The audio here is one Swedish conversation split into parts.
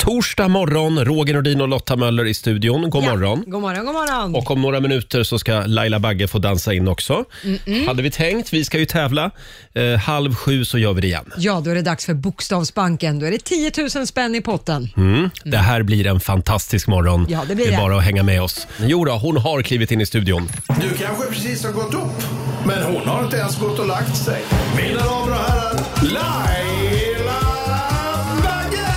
Torsdag morgon, Roger Nordin och Lotta Möller i studion. God morgon. God morgon, god morgon. Och om några minuter så ska Laila Bagge få dansa in också. Hade vi tänkt, vi ska ju tävla. 6:30 så gör vi det igen. Ja, då är det dags för Bokstavsbanken. Då är det 10 000 spänn i potten. Det här blir en fantastisk morgon. Ja, det blir är det. bara att hänga med oss. Jo då, hon har klivit in i studion. Du kanske precis har gått upp, men hon har inte ens gått och lagt sig. Mina damer och herrar, Laila Bagge!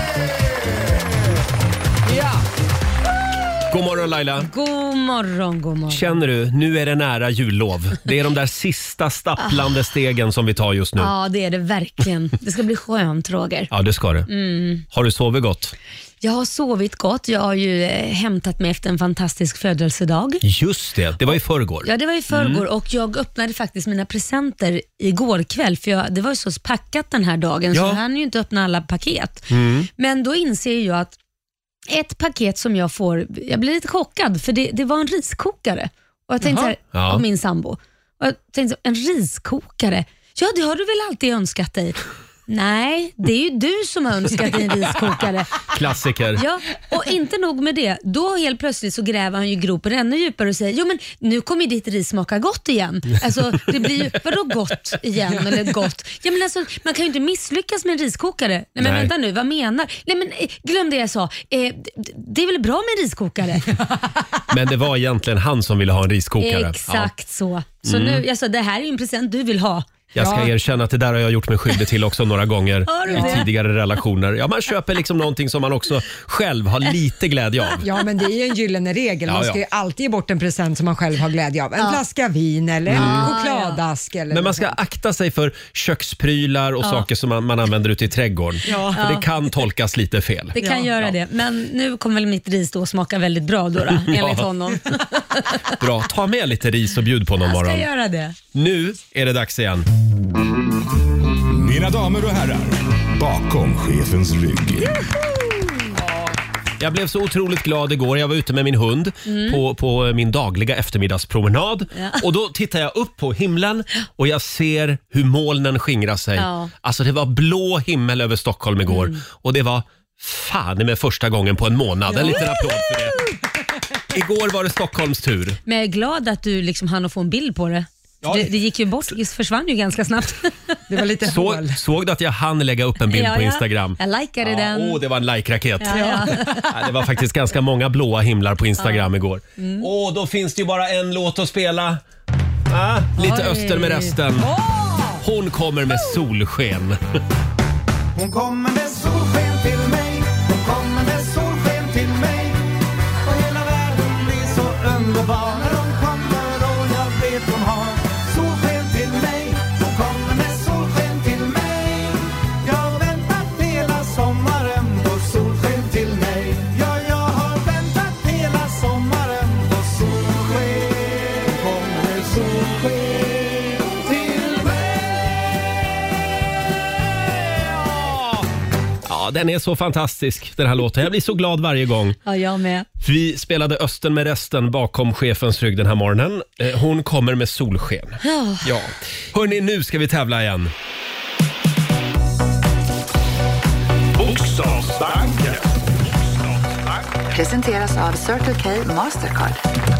Ja. God morgon Laila. God morgon, god morgon. Känner du, nu är det nära jullov. Det är de där sista stapplande stegen som vi tar just nu. Ja, det är det verkligen. Det ska bli skönt, Roger. Ja, det ska det. Har du sovit gott? Jag har sovit gott. Jag har ju hämtat mig efter en fantastisk födelsedag. Just det, det var i förrgår. Ja, det var i förrgår och jag öppnade faktiskt mina presenter igår kväll för det var ju så packat den här dagen så jag hann ju inte öppna alla paket. Men då inser jag att ett paket som jag får, jag blir lite chockad för det var en riskokare. Och jag tänkte så här, av min sambo. Och jag tänkte en riskokare? Ja, det har du väl alltid önskat dig? Nej, det är ju du som har önskat dig en riskokare. Klassiker. Ja, och inte nog med det. Då helt plötsligt så gräver han ju gropen ännu djupare och säger, jo men nu kommer ju ditt ris smaka gott igen. Alltså det blir ju, vadå gott igen eller gott? Ja men alltså man kan ju inte misslyckas med en riskokare. Nej men vänta nu, vad menar? Nej men glöm det jag sa. Det är väl bra med en riskokare? Men det var egentligen han som ville ha en riskokare. Exakt så. Så nu, alltså det här är ju en present du vill ha. Jag ska erkänna att det där har jag gjort mig skyldig till också några gånger i tidigare relationer. Ja, man köper liksom någonting som man också själv har lite glädje av. Ja, men det är ju en gyllene regel. Man ska ju alltid ge bort en present som man själv har glädje av. En flaska vin eller en chokladask. Eller men man ska akta sig för köksprylar och saker som man använder ute i trädgården. För det kan tolkas lite fel. Det kan göra det. Men nu kommer väl mitt ris då smaka väldigt bra då enligt honom. Bra, ta med lite ris och bjud på någon morgon. Jag ska göra det. Nu är det dags igen. Mina damer och herrar, bakom chefens rygg. Jag blev så otroligt glad igår. Jag var ute med min hund på min dagliga eftermiddagspromenad. Och då tittar jag upp på himlen och jag ser hur molnen skingrar sig. Alltså det var blå himmel över Stockholm igår. Och det var fan med första gången på en månad. En liten applåd för det. Igår var det Stockholms tur. Men jag är glad att du liksom hann att få en bild på det. Ja. Det gick ju bort, försvann ju ganska snabbt. Det var lite hål. Såg du att jag hann lägga upp en bild på Instagram? Jag likade den. Det var en like-raket. Ja. Det var faktiskt ganska många blåa himlar på Instagram igår. Då finns det ju bara en låt att spela. Lite Öster med resten. Hon kommer med solsken. Hon kommer med solsken till mig. Hon kommer med solsken till mig. Och hela världen blir så underbar när hon kommer och jag vet hon har solsken till mig. Hon kommer med solsken till mig. Jag har väntat hela sommaren på solsken till mig. Ja, jag har väntat hela sommaren på solsken. Kommer solsken till mig. Ja, den är så fantastisk den här låten. Jag blir så glad varje gång. Ja, jag med. Vi spelade Östen med resten bakom chefens rygg den här morgonen. Hon kommer med solsken. Ja. Hörrni, nu ska vi tävla igen. Bokstavsbanken. Presenteras av Circle K Mastercard.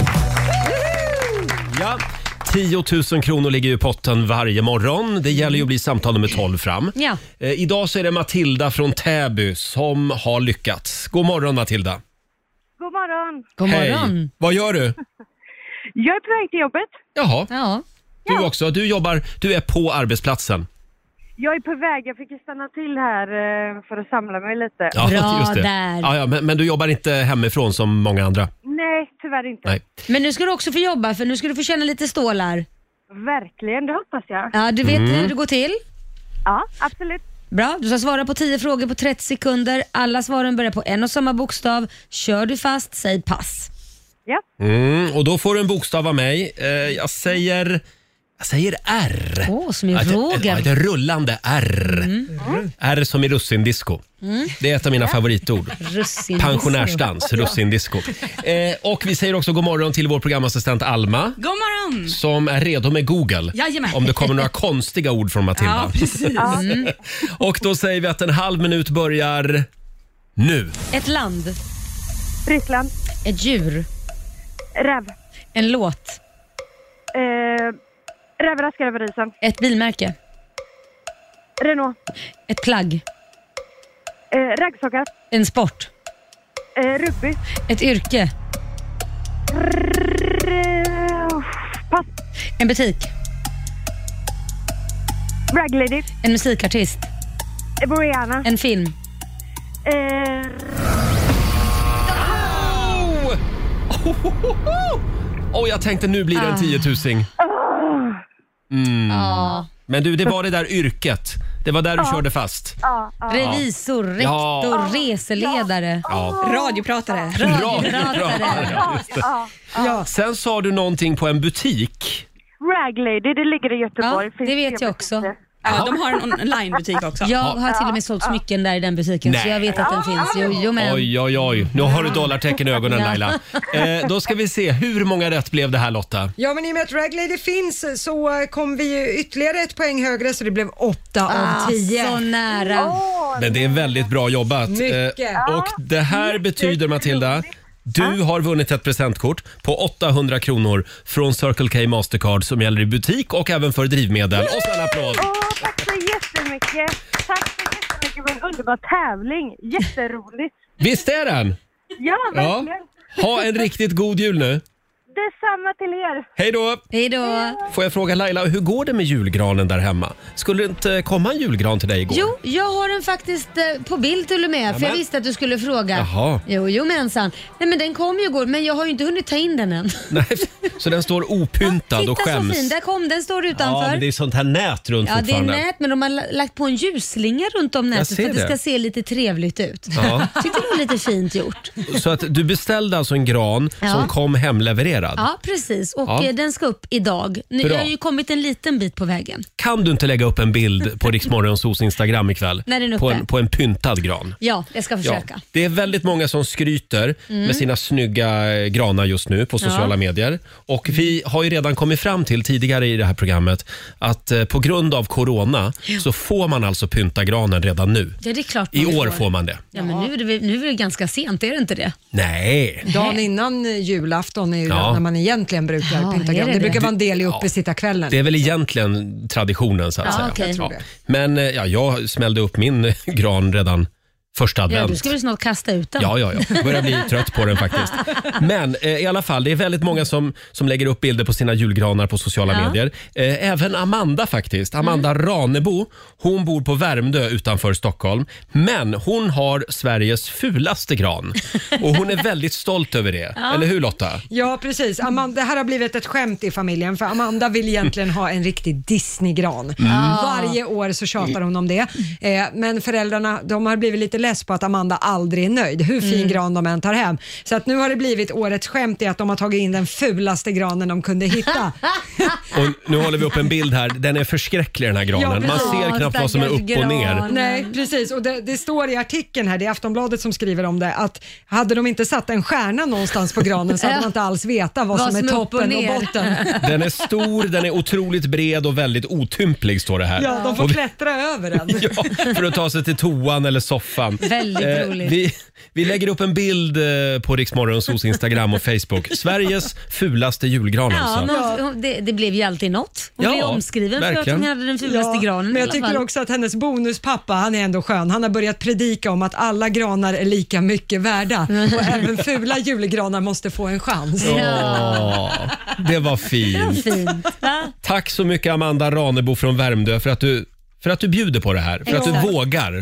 Ja. 10 000 kronor ligger i potten varje morgon. Det gäller ju att bli samtal nummer 12 fram. Ja. Idag så är det Matilda från Täby som har lyckats. God morgon Matilda. God morgon. God morgon. Hej. Vad gör du? Jag är på väg till jobbet. Jaha, Ja. du också. Du är på arbetsplatsen. Jag är på väg. Jag fick ju stanna till här för att samla mig lite. Ja, Bra just det. där. Ja, men du jobbar inte hemifrån som många andra? Nej, tyvärr inte. Nej. Men nu ska du också få jobba för nu ska du få känna lite stålar. Verkligen, det hoppas jag. Ja, du vet hur det går till. Ja, absolut. Bra, du ska svara på 10 frågor på 30 sekunder. Alla svaren börjar på en och samma bokstav. Kör du fast, säg pass. Ja. Och då får du en bokstav av mig. Jag säger R. Som i Roger. Ett rullande R. R som i russindisco. Det är ett av mina favoritord. Pensionärsdans, russindisco. Och vi säger också god morgon till vår programassistent Alma. God morgon! Som är redo med Google. Jajamän. Om det kommer några konstiga ord från Matilda. Ja, precis. Och då säger vi att en halv minut börjar nu. Ett land. Ryssland. Ett djur. Räv. En låt. Rävraskar över isen. Ett bilmärke. Renault. Ett plagg. Raggsockar. En sport. Rugby. Ett yrke. Pass. En butik. Rag lady. En musikartist. Brianna. En film. Jag tänkte nu blir det en 10-000. Men du, det var det där yrket. Det var där du körde fast. Revisor, rektor, reseledare. Radiopratare. Ja. Sen sa du någonting på en butik. Rag lady, det ligger i Göteborg. Ja, det vet jag också. Ja, de har en onlinebutik också. Jag har till och med sålt smycken där i den butiken. Nej. Så jag vet att den finns. Jo, men. Oj. Nu har du dollartecken i ögonen, Laila. Då ska vi se, hur många rätt blev det här, Lotta? Ja, men i och med att Rag Lady finns så kom vi ju ytterligare ett poäng högre, så det blev 8 av 10. Så nära. Men det är väldigt bra jobbat. Mycket. Och det här betyder, Matilda, du har vunnit ett presentkort på 800 kronor från Circle K Mastercard som gäller i butik och även för drivmedel. Och så en applåd. Tack så jättemycket. Tack så jättemycket för en underbar tävling. Jätteroligt. Visst är den? Ja, verkligen. Ha en riktigt god jul nu. Detsamma till er. Hej då! Hej då. Får jag fråga Laila, hur går det med julgranen där hemma? Skulle det inte komma en julgran till dig igår? Jo, jag har den faktiskt på bild till och med. För jag visste att du skulle fråga. Jaha. Jo, mensan. Nej, men den kom ju igår, men jag har ju inte hunnit ta in den än. Nej, så den står opyntad och Titta skäms. så fin, där kom den, står utanför. Ja, men det är sånt här nät runt Ja, det är fortfarande. nät, men de har lagt på en ljusslinga runt om nätet ser för att det det. ska se lite trevligt ut. Ja. Tyckte det var lite fint gjort. Så att du beställde alltså en gran som kom hemlevererad? Ja, precis. Och den ska upp idag. Nu Bra. jag har ju kommit en liten bit på vägen. Kan du inte lägga upp en bild på Riksmorgonsos Instagram ikväll? När den är uppe. På en pyntad gran? Ja, jag ska försöka. Det är väldigt många som skryter med sina snygga granar just nu på sociala medier. Och vi har ju redan kommit fram till tidigare i det här programmet att på grund av corona så får man alltså pynta granen redan nu. Ja, det är klart I man år får man det. Ja, men nu är det ganska sent, är det inte det? Nej. Dagen innan julafton är ju Ja. när man egentligen brukar pynta är gran. det Det brukar det? vara en del i uppesittarkvällen. Det är väl egentligen traditionen så att säga. okej. Jag tror det. Men jag smällde upp min gran redan första Ja, advent. du ska väl snart kasta ut den? Ja. Jag börjar bli trött på den faktiskt. Men i alla fall, det är väldigt många som lägger upp bilder på sina julgranar på sociala medier. Även Amanda faktiskt. Amanda Ranebo, hon bor på Värmdö utanför Stockholm. Men hon har Sveriges fulaste gran. Och hon är väldigt stolt över det. Eller hur, Lotta? Ja, precis. Det här har blivit ett skämt i familjen, för Amanda vill egentligen ha en riktig Disney-gran. Varje år så tjatar hon om det. Men föräldrarna, de har blivit lite less på att Amanda aldrig är nöjd, hur fin gran de än tar hem. Så att nu har det blivit årets skämt i att de har tagit in den fulaste granen de kunde hitta. Och nu håller vi upp en bild här. Den är förskräcklig, den här granen. Ja, Man precis. ser knappt vad som är upp och ner. Nej, precis. Och det står i artikeln här, det är Aftonbladet som skriver om det, att hade de inte satt en stjärna någonstans på granen så hade man inte alls veta vad som är upp och toppen och ner. botten. Den är stor, den är otroligt bred och väldigt otymplig, står det här. Ja, de får klättra över den. Ja, för att ta sig till toan eller soffan. Väldigt roligt. Vi lägger upp en bild på Riksmorgonsos Instagram och Facebook. Sveriges fulaste julgran alltså. Men det blev ju alltid något. Hon blev omskriven för att verkligen. hon hade den fulaste granen men i jag alla tycker fall. också att hennes bonuspappa, han är ändå skön. Han har börjat predika om att alla granar är lika mycket värda och även fula julgranar måste få en chans. Åh, det var fint. Fint. Va? Tack så mycket Amanda Ranebo från Värmdö för att du bjuder på det här. För att du vågar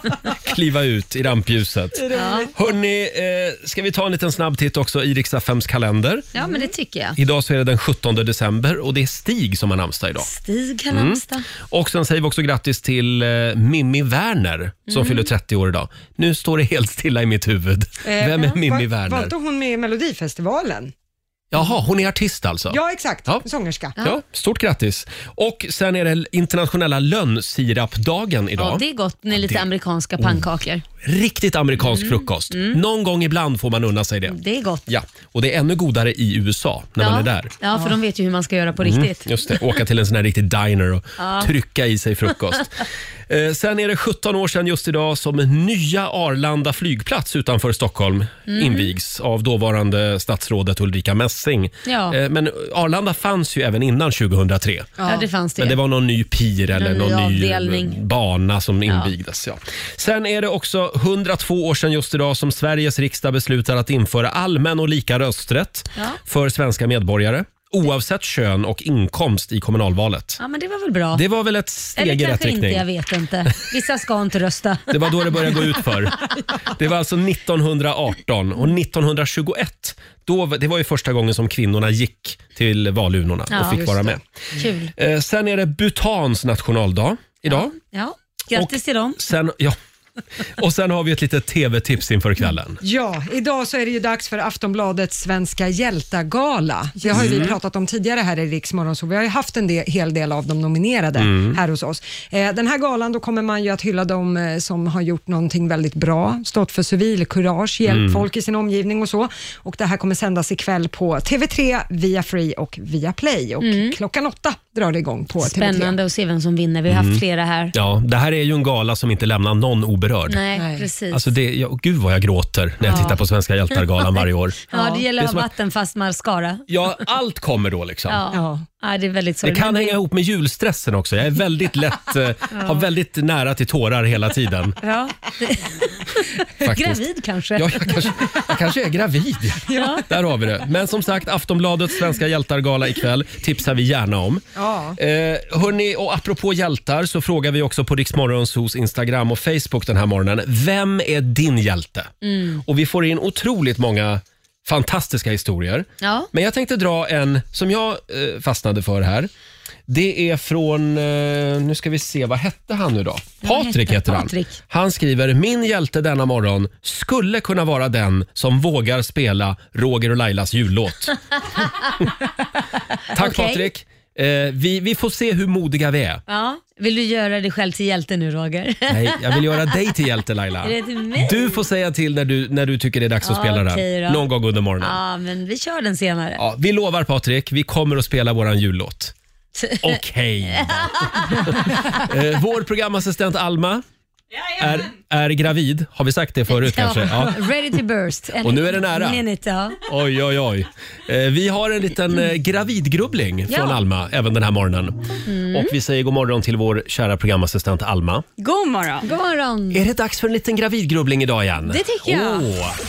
kliva ut i rampljuset. Hörrni, ska vi ta en liten snabb titt också i Rix FMs kalender. Ja, men det tycker jag. Idag så är det den 17 december och det är Stig som har namnsdag idag. Stig har namnsdag. Och sen säger vi också grattis till Mimmi Werner som fyller 30 år idag. Nu står det helt stilla i mitt huvud. Vem är Mimmi Var Werner? inte hon med i Melodifestivalen? Jaha, hon är artist alltså? Ja, exakt. Ja. Sångerska. Ja, stort grattis. Och sen är det internationella lönnsirapdagen idag. Ja, det är gott med lite amerikanska pannkakor. Riktigt amerikansk frukost. Någon gång ibland får man unna sig det. Det är gott. Ja, och det är ännu godare i USA när man är där. Ja, för de vet ju hur man ska göra på riktigt. Just det, åka till en sån här riktig diner och trycka i sig frukost. Sen är det 17 år sedan just idag som nya Arlanda flygplats utanför Stockholm invigs av dåvarande statsrådet Ulrika Messing. Ja. Men Arlanda fanns ju även innan 2003. Ja, det fanns det. Men det var någon ny pir eller någon ny avdelning. bana som invigdes. Ja. Sen är det också 102 år sedan just idag som Sveriges riksdag beslutar att införa allmän och lika rösträtt för svenska medborgare. Oavsett kön och inkomst i kommunalvalet. Ja, men det var väl bra. Det var väl ett steg i rätt riktning. Inte, jag vet inte. Vissa ska inte rösta. Det var då det började gå ut för. Det var alltså 1918 och 1921. Det var ju första gången som kvinnorna gick till valurnorna och fick vara med. Kul. Sen är det Bhutans nationaldag idag. Ja. Grattis till dem. Och sen har vi ett litet tv-tips inför kvällen. Ja, idag så är det ju dags för Aftonbladets Svenska hjältagala. Det har ju vi pratat om tidigare här i Rix Morgon, så vi har ju haft en hel del av de nominerade här hos oss. Den här galan, då kommer man ju att hylla dem som har gjort någonting väldigt bra, stått för civilkurage, hjälpt folk i sin omgivning och så. Och det här kommer sändas ikväll på TV3, via Free och via Play. Och klockan 8 drar det igång på TV3. Spännande att se vem som vinner. Vi har haft flera här. Ja, det här är ju en gala som inte lämnar någon oberörd. Nej, precis. Alltså gud vad jag gråter när jag tittar på Svenska hjältargalan varje år. Ja, det gäller det att ha vatten fast mascara. Ja, allt kommer då liksom. Ja, det är väldigt det kan hänga ihop med julstressen också. Jag är väldigt lätt, har väldigt nära till tårar hela tiden. Ja. Gravid kanske? Ja, jag kanske är gravid. Ja. Där har vi det. Men som sagt, Aftonbladets Svenska hjältargala ikväll tipsar vi gärna om. Ja. Hörrni, och apropå hjältar så frågar vi också på Rix Morgonzos Instagram och Facebook den här morgonen. Vem är din hjälte? Och vi får in otroligt många fantastiska historier. Ja. Men jag tänkte dra en som jag fastnade för här. Det är från, nu ska vi se, vad hette han nu då? Patrik heter han. Han skriver, min hjälte denna morgon skulle kunna vara den som vågar spela Roger och Lailas jullåt. Tack Patrik. Vi får se hur modiga vi är. Ja. Vill du göra dig själv till hjälte nu, Roger? Nej, jag vill göra dig till hjälte, Laila. Är det till mig? Du får säga till när du tycker det är dags att spela den. Någon gång under morgonen. Ja, men vi kör den senare. Ja, vi lovar Patrik, vi kommer att spela våran jullåt. Okej. Vår programassistent Alma är gravid. Har vi sagt det förut kanske? Ja. Ready to burst. Och nu är det nära. Minute, Oj. Vi har en liten gravidgrubbling från Alma även den här morgonen. Och vi säger god morgon till vår kära programassistent Alma. God morgon. God morgon. Är det dags för en liten gravidgrubbling idag igen? Det tycker jag.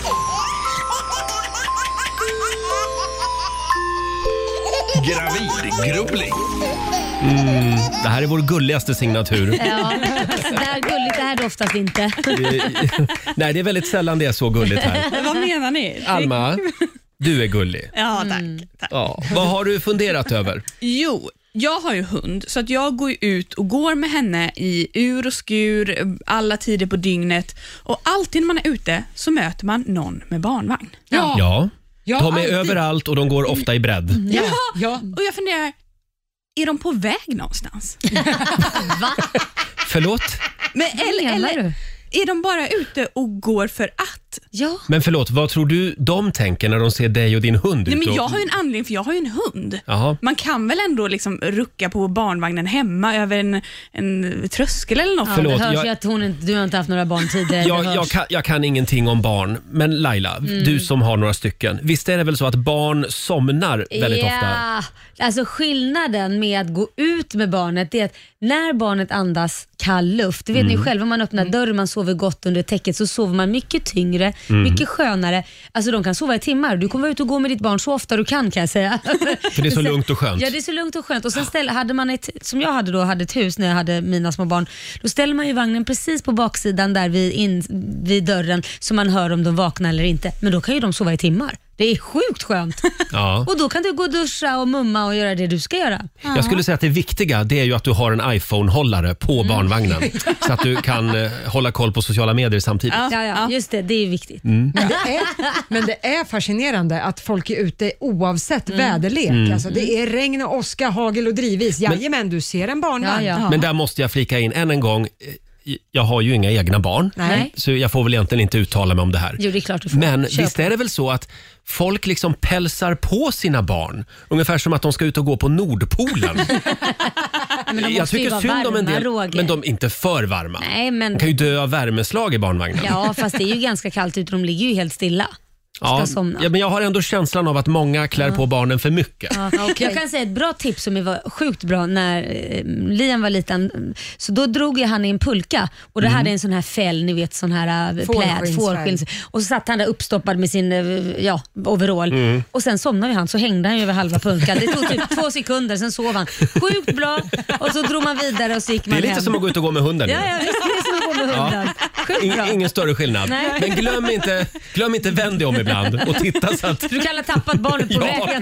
Gravidgrubbling. Det här är vår gulligaste signatur. Ja, det här gulligt, det här är oftast inte. Nej, det är väldigt sällan det är så gulligt här. Vad menar ni? Alma, du är gullig. Ja, tack. Ja. Vad har du funderat över? Jo, jag har ju hund, så att jag går ut och går med henne i ur och skur alla tider på dygnet. Och alltid när man är ute så möter man någon med barnvagn. Ja. De är alltid överallt och de går ofta i bredd. Ja. Och jag funderar, är de på väg någonstans? Va? Förlåt? Men, eller är de bara ute och går för att? Ja. Men förlåt, vad tror du de tänker när de ser dig och din hund Nej, ut? men jag har ju en anledning, för jag har ju en hund. Jaha. Man kan väl ändå liksom rucka på barnvagnen hemma över en tröskel eller något. Ja, Förlåt, det hörs ju att du har inte haft några barn tidigare. Jag kan ingenting om barn. Men Laila, du som har några stycken. Visst är det väl så att barn somnar väldigt ofta? Alltså skillnaden med att gå ut med barnet är att när barnet andas kall luft, det vet ni själva, om man öppnar dörren, man sover gott under täcket, så sover man mycket tyngre, mycket skönare. Alltså de kan sova i timmar. Du kommer ut och gå med ditt barn så ofta du kan jag säga. För det är så lugnt och skönt. Ja, det är så lugnt och skönt. Och sen hade man som jag hade ett hus när jag hade mina små barn. Då ställer man ju vagnen precis på baksidan där vid dörren, så man hör om de vaknar eller inte. Men då kan ju de sova i timmar. Det är sjukt skönt. Ja. Och då kan du gå och duscha och mumma och göra det du ska göra. Jag skulle säga att det viktiga, det är ju att du har en iPhone-hållare på barnvagnen. Så att du kan hålla koll på sociala medier samtidigt. Ja, just det. Det är viktigt. Men det är fascinerande att folk är ute oavsett väderlek. Alltså, det är regn och åska, hagel och drivis. Jajamän, du ser en barnvagn. Men där måste jag flika in än en gång. jag har ju inga egna barn. Nej. Så jag får väl egentligen inte uttala mig om det här. Jo, det är klart du får. Men Köp. visst är det väl så att folk liksom pälsar på sina barn. Ungefär som att de ska ut och gå på Nordpolen. Men de Jag måste ju tycker vara synd om en varma, del, Roger. men de är inte för varma. Nej, men... De kan ju dö av värmeslag i barnvagnen. Ja, fast det är ju ganska kallt ute. De ligger ju helt stilla. Ja, men jag har ändå känslan av att många klär på barnen för mycket. Ja, jag kan säga ett bra tips som var sjukt bra när Liam var liten. Så då drog han i en pulka och det hade en sån här fäll, ni vet, sån här fårskins. Och så satt han där uppstoppad med sin overall. Och sen somnade han, så hängde han över halva pulkan. Det tog typ 2 sekunder, sen sov han. Sjukt bra. Och så drog man vidare och så gick man hem. Det är lite som att gå ut och gå med hunden. Ja, visst är det som att gå med hunden. Sjukt bra. Ingen större skillnad. Nej. Men glöm inte vänd dig om ibland och titta så att... Du kan ha tappat barnet på vägen.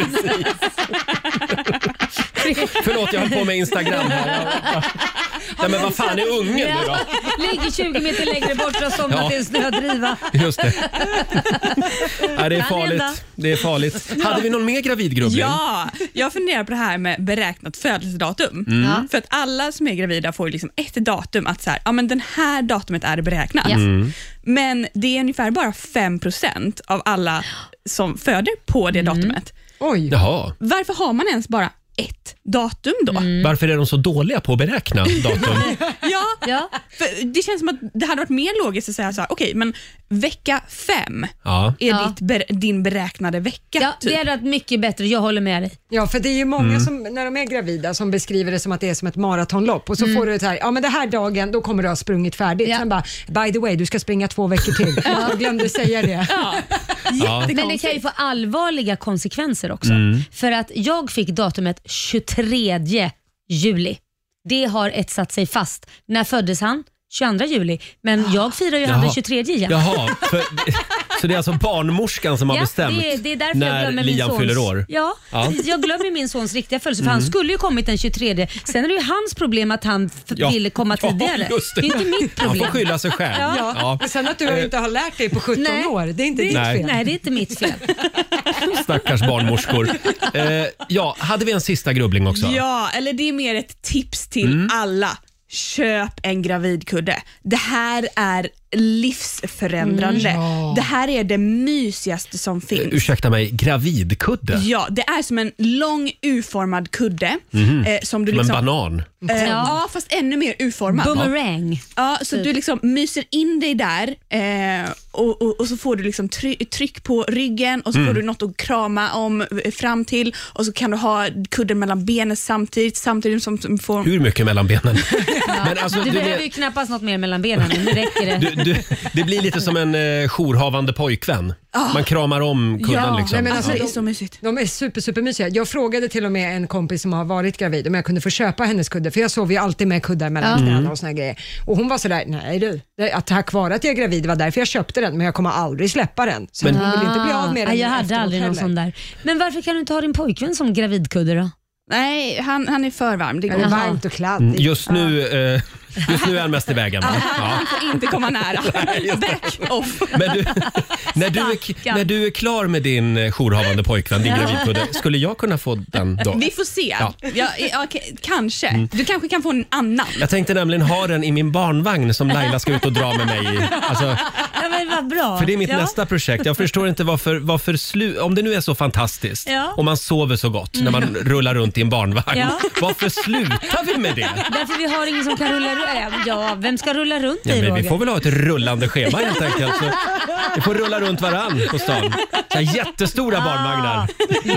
Förlåt, jag höll på med Instagram här. Nej, men vad fan är ungen nu då? Ligger 20 meter längre bort och somnat i en snödriva. Just det. Ja, det är farligt. Det är farligt. Hade vi någon mer gravidgrubbling? Ja, jag funderar på det här med beräknat födelsedatum. För att alla som är gravida får ju liksom ett datum att så här, ja, men den här datumet är det beräknat. Men det är ungefär bara 5% av alla som föder på det datumet. Oj. Jaha. Varför har man ens bara ett datum då? Varför är de så dåliga på att beräkna datum? Ja, för det känns som att det hade varit mer logiskt att säga så här, okej, men vecka 5 är din beräknade vecka. Ja, typ. det hade varit mycket bättre, jag håller med dig. Ja, för det är ju många som, när de är gravida, som beskriver det som att det är som ett maratonlopp och så får du ett här, ja men det här dagen, då kommer du ha sprungit färdigt. Sen bara, by the way, du ska springa 2 veckor till. Jag glömde säga det. Men det kan ju få allvarliga konsekvenser också. För att jag fick datumet 23 juli. Det har etsat sig fast. När föddes han? 22 juli. Men jag firar ju han den 23 igen. Jaha, så det är alltså barnmorskan som har bestämt det är därför när jag Liam fyller år? Ja, jag glömmer min sons riktiga födelse för han skulle ju kommit den 23. Sen är det ju hans problem att han ville komma tidigare. Just det är inte mitt problem. Han får skylla sig själv. Ja. Sen att du inte har lärt dig på 17 år, det är inte ditt fel. Nej, det är inte mitt fel. Stackars barnmorskor. Hade vi en sista grubbling också? Ja, eller det är mer ett tips till alla. Köp en gravidkudde. Det här är livsförändrande. Det här är det mysigaste som finns. Ursäkta mig, gravidkudde? Ja, det är som en lång U-formad kudde. Som du som liksom, en banan? Ja, fast ännu mer U-formad. Boomerang. Ja, så du liksom myser in dig där och så får du liksom tryck på ryggen och så får du något att krama om fram till och så kan du ha kudden mellan benen samtidigt som du får... Hur mycket mellan benen? Men alltså, du behöver ju knappast något mer mellan benen, nu räcker det. Det blir lite som en jourhavande pojkvän. Man kramar om kudden liksom. Nej, men alltså, det är så mysigt. De är supermysiga. Jag frågade till och med en kompis som har varit gravid om jag kunde få köpa hennes kudde, för jag sover ju alltid med kuddar mellan knäna och såna grejer. Och hon var sådär, nej du, tack vare att jag är gravid, det var därför jag köpte den, men jag kommer aldrig släppa den. Så hon vill inte bli av med den. Jag hade aldrig någon sån där. Men varför kan du inte ha din pojkvän som gravidkudde då? Nej, han är för varm. Det är varmt och kladdigt. Just nu är han mest i vägen. Han får inte komma nära. Back off. Men när du är klar med din jourhavande pojkvän, din gravidkudde, skulle jag kunna få den då? Vi får se. Kanske. Du kanske kan få en annan. Jag tänkte nämligen ha den i min barnvagn som Laila ska ut och dra med mig i. Alltså, men vad bra. För det är mitt nästa projekt. Jag förstår inte varför om det nu är så fantastiskt och man sover så gott när man rullar runt i en barnvagn. Varför slutar vi med det? Därför vi har ingen som kan rulla runt. Ja, vem ska rulla runt i, men Roger? vi får väl ha ett rullande schema helt enkelt. Så vi får rulla runt varann på stan. Så här jättestora barnvagnar.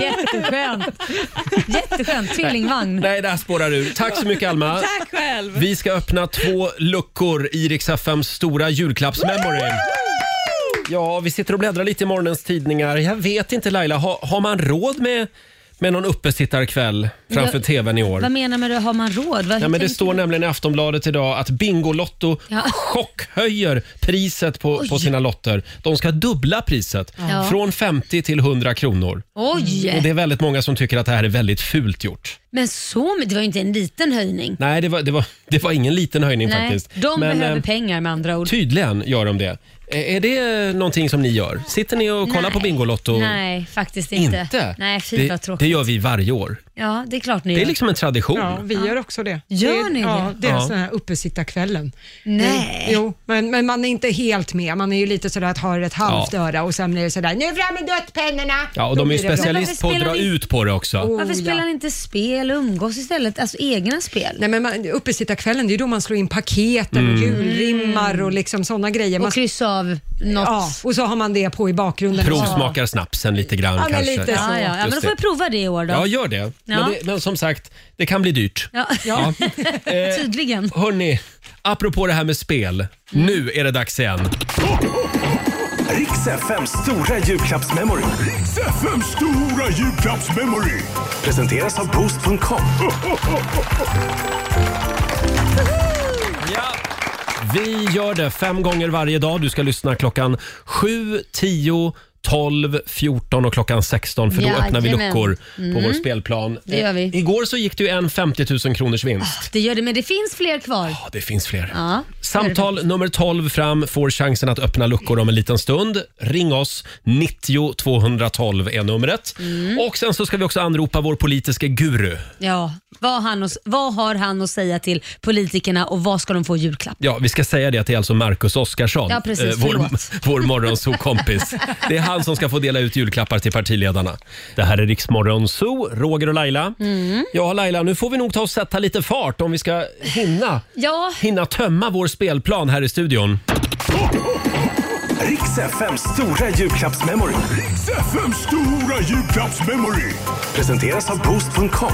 Jätteskönt. Tvillingvagn. Nej, det här spårar ur. Tack så mycket, Alma. Tack själv. Vi ska öppna 2 luckor i Rix FMs stora julklappsmemory. Ja, vi sitter och bläddrar lite i morgonens tidningar. Jag vet inte, Laila, har man råd med någon uppesittarkväll framför tvn i år? Vad menar du med har man råd? Men det står nämligen i Aftonbladet idag att Bingolotto chockhöjer priset på sina lotter. De ska dubbla priset från 50 till 100 kronor. Oj! Och det är väldigt många som tycker att det här är väldigt fult gjort. Men det var ju inte en liten höjning. Nej, det var ingen liten höjning faktiskt. De behöver pengar med andra ord. Tydligen gör de det. Är det någonting som ni gör? Sitter ni och kollar på Bingolotto? Nej, faktiskt inte. Inte? Nej, fy vad tråkigt. Det gör vi varje år. Ja, det är klart ni Det gör. är liksom en tradition. Ja, vi gör också det. Gör ni det? Ja, det är Ja. sån här uppesittarkvällen. Nej. Jo, men man är inte helt med. Man är ju lite sådär att ha ett halvt öra och sen blir det sådär, nu fram med dödspennorna. Ja, och de är ju specialist på att dra spelar ni- ut på det också. Varför spelar ni inte spel och umgås istället? Alltså egna spel? Nej, men uppesittarkvällen, det är ju då man slår in paketen och julrimmar och liksom sådana grejer. Man, Och kryssa av något? ja, och så har man det på i bakgrunden. Provsmakar snapsen lite grann Ja, men kanske. lite så. Ja, men då Just får jag det. prova det i år då. Ja, gör det. Ja. Men som sagt, det kan bli dyrt. Ja. Tydligen. Hörrni, apropå det här med spel. Nu är det dags igen. Rix FM stora julklappsmemory. Rix FM stora julklappsmemory. Presenteras av Boost.com. Ja. Vi gör det 5 gånger varje dag. Du ska lyssna klockan 7, 10, 12, 14 och klockan 16 för då öppnar vi Jajamän. luckor på vår spelplan. Det gör vi. Igår så gick det ju en 50 000 kronors vinst. Det gör det, men det finns fler kvar. Ja, det finns fler. Ja, Samtal nummer 12 fram får chansen att öppna luckor om en liten stund. Ring oss, 90 212 är numret. Och sen så ska vi också anropa vår politiska guru. Ja, vad har han att säga till politikerna och vad ska de få i julklapp? Ja, vi ska säga det att det är alltså Marcus Oskarsson, Ja, precis, förlåt. vår morgonzoo-kompis. Det är han som ska få dela ut julklappar till partiledarna. Det här är Rix Morgonzoo, Roger och Laila. Ja, Laila, nu får vi nog ta och sätta lite fart om vi ska hinna tömma vår spelplan här i studion. Rix FM stora julklappsmemory. Rix FM stora julklappsmemory. Presenteras av Boost.com.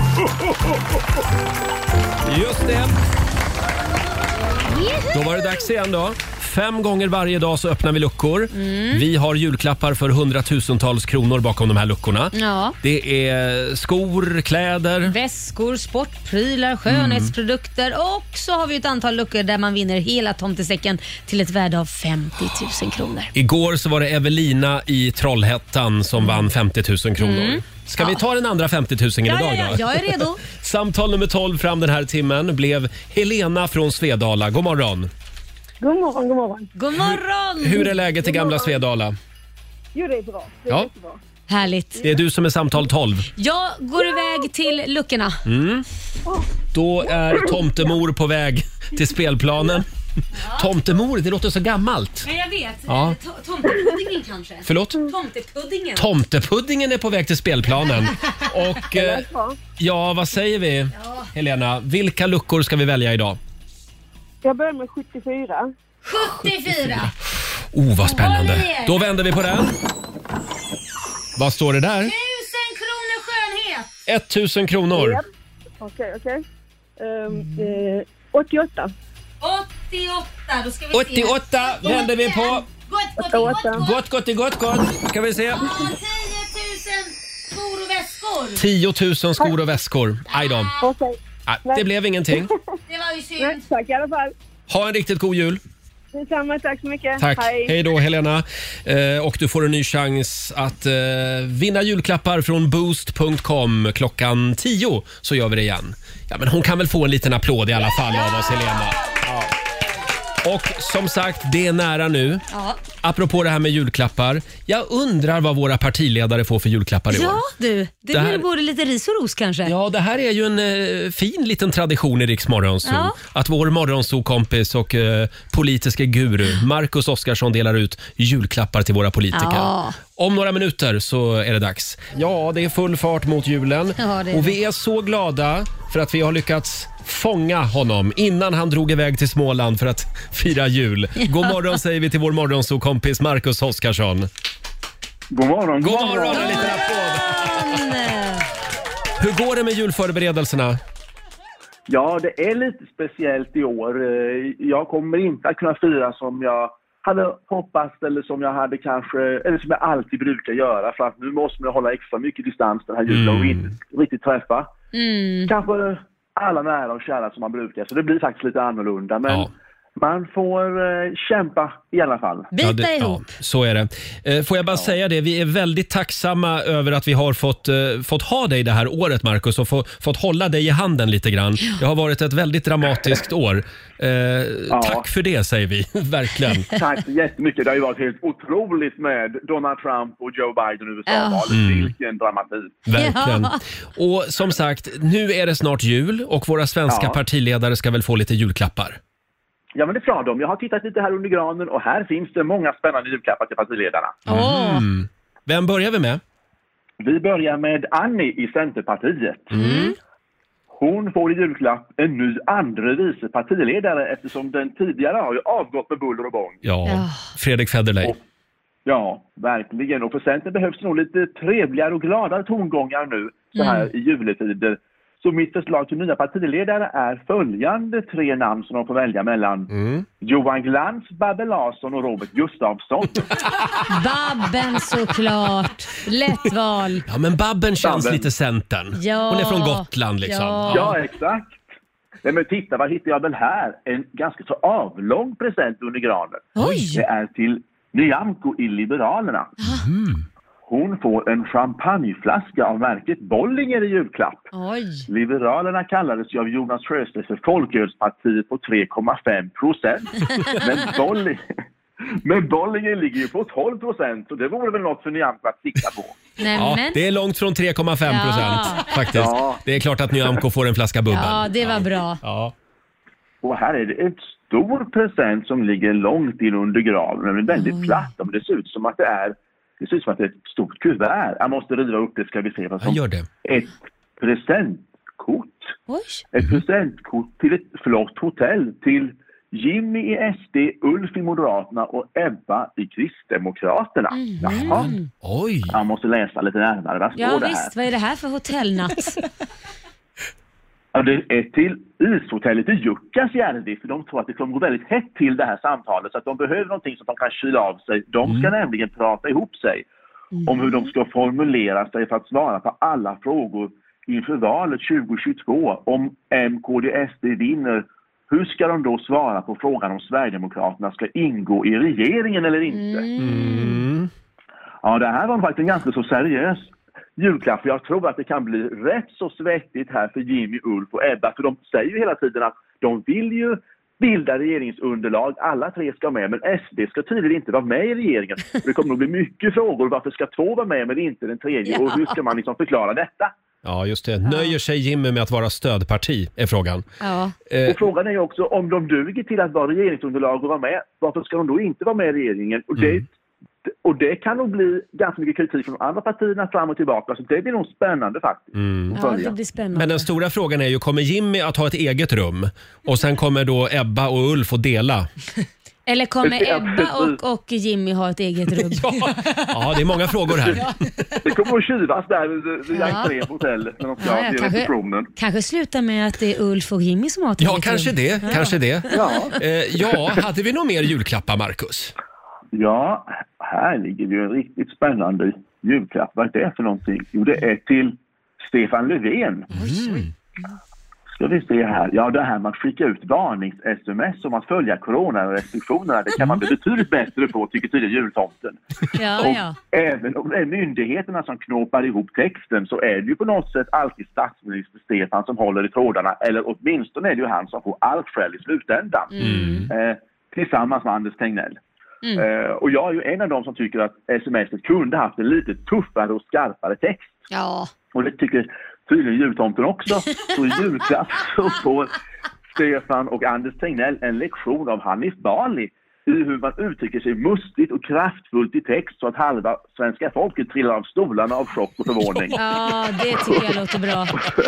Just det. Då var det dags igen då. 5 gånger varje dag så öppnar vi luckor. Vi har julklappar för 100 000-tals kronor bakom de här luckorna. Ja. Det är skor, kläder. Väskor, sportprylar, skönhetsprodukter och så har vi ett antal luckor där man vinner hela tomtesäcken till ett värde av 50 000 kronor. Igår så var det Evelina i Trollhättan som vann 50 000 kronor. Ska vi ta den andra 50 000 idag då? Ja, jag är redo. Samtal nummer 12 fram den här timmen blev Helena från Svedala. God morgon. God morgon, god morgon. God morgon! Hur är läget i gamla Svedala? Jo, det är bra. Det är Ja. jättebra. Härligt. Det är du som är samtal 12. Jag går iväg till luckorna. Då är tomtemor på väg till spelplanen. Tomtemor, det låter så gammalt. Men jag vet. Ja. Tomtepuddingen kanske? Förlåt? Tomtepuddingen. Tomtepuddingen är på väg till spelplanen. Och ja, vad säger vi? Helena, vilka luckor ska vi välja idag? Jag börjar med 74. 74. Vad spännande. Håll i er. Då vänder vi på den. Vad står det där? 1000 kronor skönhet. 1000 kronor. Ja. Okej. 88. 88. Då ska vi se. 88 vänder vi på. Gott. Gott. Ska vi se. 10 000 skor och väskor. 10 000 skor och väskor. Aj då. Okej. Det blev ingenting. Det var ju synd. Nej, tack i alla fall. Ha en riktigt god jul. Detsamma, tack så mycket. Tack. Hej då Helena. Och du får en ny chans att vinna julklappar från Boost.com klockan 10. Så gör vi det igen. Ja, men hon kan väl få en liten applåd i alla fall av oss, Helena. Ja. Och som sagt, det är nära nu. Ja. Apropå det här med julklappar. Jag undrar vad våra partiledare får för julklappar i år. Ja du, det här- blir både lite ris och ros kanske. Ja, det här är ju en fin liten tradition i Rix Morgonzoo. Ja. Att vår morgonzoo-kompis och politiska guru Marcus Oskarsson delar ut julklappar till våra politiker. Ja. Om några minuter så är det dags. Ja, det är full fart mot julen. Ja, det är och vi är så glada för att vi har lyckats fånga honom innan han drog iväg till Småland för att fira jul. God morgon säger vi till vår morgonzoo-kompis Marcus Oskarsson. God morgon. God morgon, en liten applåd. Hur går det med julförberedelserna? Ja, det är lite speciellt i år. Jag kommer inte att kunna fira som jag hade hoppats eller som jag hade kanske, eller som jag alltid brukar göra. För att nu måste man hålla extra mycket distans den här julen och inte riktigt träffa. Kanske alla nära och kära som man brukar. Så det blir faktiskt lite annorlunda. Men Man får kämpa i alla fall. Bita ihop. Ja, så är det. Får jag bara säga det, vi är väldigt tacksamma över att vi har fått ha dig det här året, Marcus, och fått hålla dig i handen lite grann. Det har varit ett väldigt dramatiskt år. Tack för det, säger vi. Verkligen. Tack så jättemycket. Det har ju varit helt otroligt med Donald Trump och Joe Biden i USA-valet. Vilken dramatik. Verkligen. Och som sagt, nu är det snart jul och våra svenska partiledare ska väl få lite julklappar. Ja, men det är bra dem. Jag har tittat lite här under granen och här finns det många spännande julklappar till partiledarna. Vem börjar vi med? Vi börjar med Annie i Centerpartiet. Hon får i julklapp en ny andra vice partiledare eftersom den tidigare har ju avgått med buller och bång. Ja, Fredrik Federley. Ja, verkligen. Och för Centern behövs nog lite trevligare och gladare tongångar nu så här i juletider. Så mitt förslag till nya partiledare är följande 3 namn som de får välja mellan. Johan Glans, Babben Larsson och Robert Gustafsson. Babben såklart. Lätt val. Ja, men Babben känns lite Centern. Ja. Hon är från Gotland liksom. Ja, exakt. Nej, men titta, vad hittar jag väl här? En ganska så avlång present under granen. Oj. Det är till Nyamko i Liberalerna. Hon får en champagneflaska av märket Bollinger i julklapp. Oj. Liberalerna kallades ju av Jonas Sjöstedt för folkölspartiet på 3,5%. Men Bollinger ligger ju på 12%, så det vore väl något för Nyamko att sikta på. Ja, det är långt från 3,5% faktiskt. Ja. Det är klart att Nyamko får en flaska bubbel. Ja, det var bra. Ja. Och här är det ett stor present som ligger långt in under graven. Den är väldigt platt, men det ser ut som att det är ett stort kuvert. Jag måste riva upp det, ska vi se vad som... Gör det. Ett presentkort. Oj. Ett presentkort till ett flott hotell till Jimmy i SD, Ulf i Moderaterna och Ebba i Kristdemokraterna. Jaha. Oj. Jag måste läsa lite närmare. Vad står det här? Vad är det här för hotellnatt? Ja, det är till ishotellet i Jukkasjärvi, för de tror att det kommer gå väldigt hett till det här samtalet, så att de behöver någonting så att de kan kyla av sig. De ska nämligen prata ihop sig om hur de ska formulera sig för att svara på alla frågor inför valet 2022. Om MKD SD vinner, hur ska de då svara på frågan om Sverigedemokraterna ska ingå i regeringen eller inte? Ja, det här var faktiskt en ganska så seriös julklapp. Jag tror att det kan bli rätt så svettigt här för Jimmy, Ulf och Ebba. För de säger ju hela tiden att de vill ju bilda regeringsunderlag. Alla 3 ska med, men SD ska tydligen inte vara med i regeringen. Det kommer nog bli mycket frågor. Varför ska 2 vara med men inte den 3? Och hur ska man liksom förklara detta? Ja, just det. Nöjer sig Jimmy med att vara stödparti, är frågan. Ja. Och frågan är ju också, om de duger till att vara regeringsunderlag och vara med, varför ska de då inte vara med i regeringen? Och det kan nog bli ganska mycket kritik från de andra partierna fram och tillbaka. Så det blir nog spännande faktiskt. Ja, det blir spännande. Men den stora frågan är ju, kommer Jimmy att ha ett eget rum? Och sen kommer då Ebba och Ulf att dela? Eller kommer Ebba och Jimmy ha ett eget rum? Ja, det är många frågor här. Det kommer att tjuvas där vid entrén på hotellet när de ska till receptionen. Kanske sluta med att det är Ulf och Jimmy som har ett eget rum. Kanske det. Ja, hade vi någon mer julklappar, Marcus? Ja, här ligger ju en riktigt spännande julklapp. Vad är det för någonting? Jo, det är till Stefan Löfven. Ska vi se här. Ja, det här med att skicka ut varnings-sms om att följa coronarestriktionerna, det kan man bli betydligt bättre på, tycker tydligen jultomten. Ja. Även om det är myndigheterna som knåpar ihop texten, så är det ju på något sätt alltid statsminister Stefan som håller i trådarna, eller åtminstone är det ju han som får allt skäll i slutändan. Tillsammans med Anders Tegnell. Och jag är ju en av dem som tycker att sms'et kunde haft en lite tuffare och skarpare text. Ja. Och det tycker tydligen jultomten också. Så i julklapp så får Stefan och Anders Tegnell en lektion av Hanif Bali i hur man uttrycker sig mustigt och kraftfullt i text så att halva svenska folket trillar av stolarna av chock och förvåning. Ja, det tycker jag låter bra.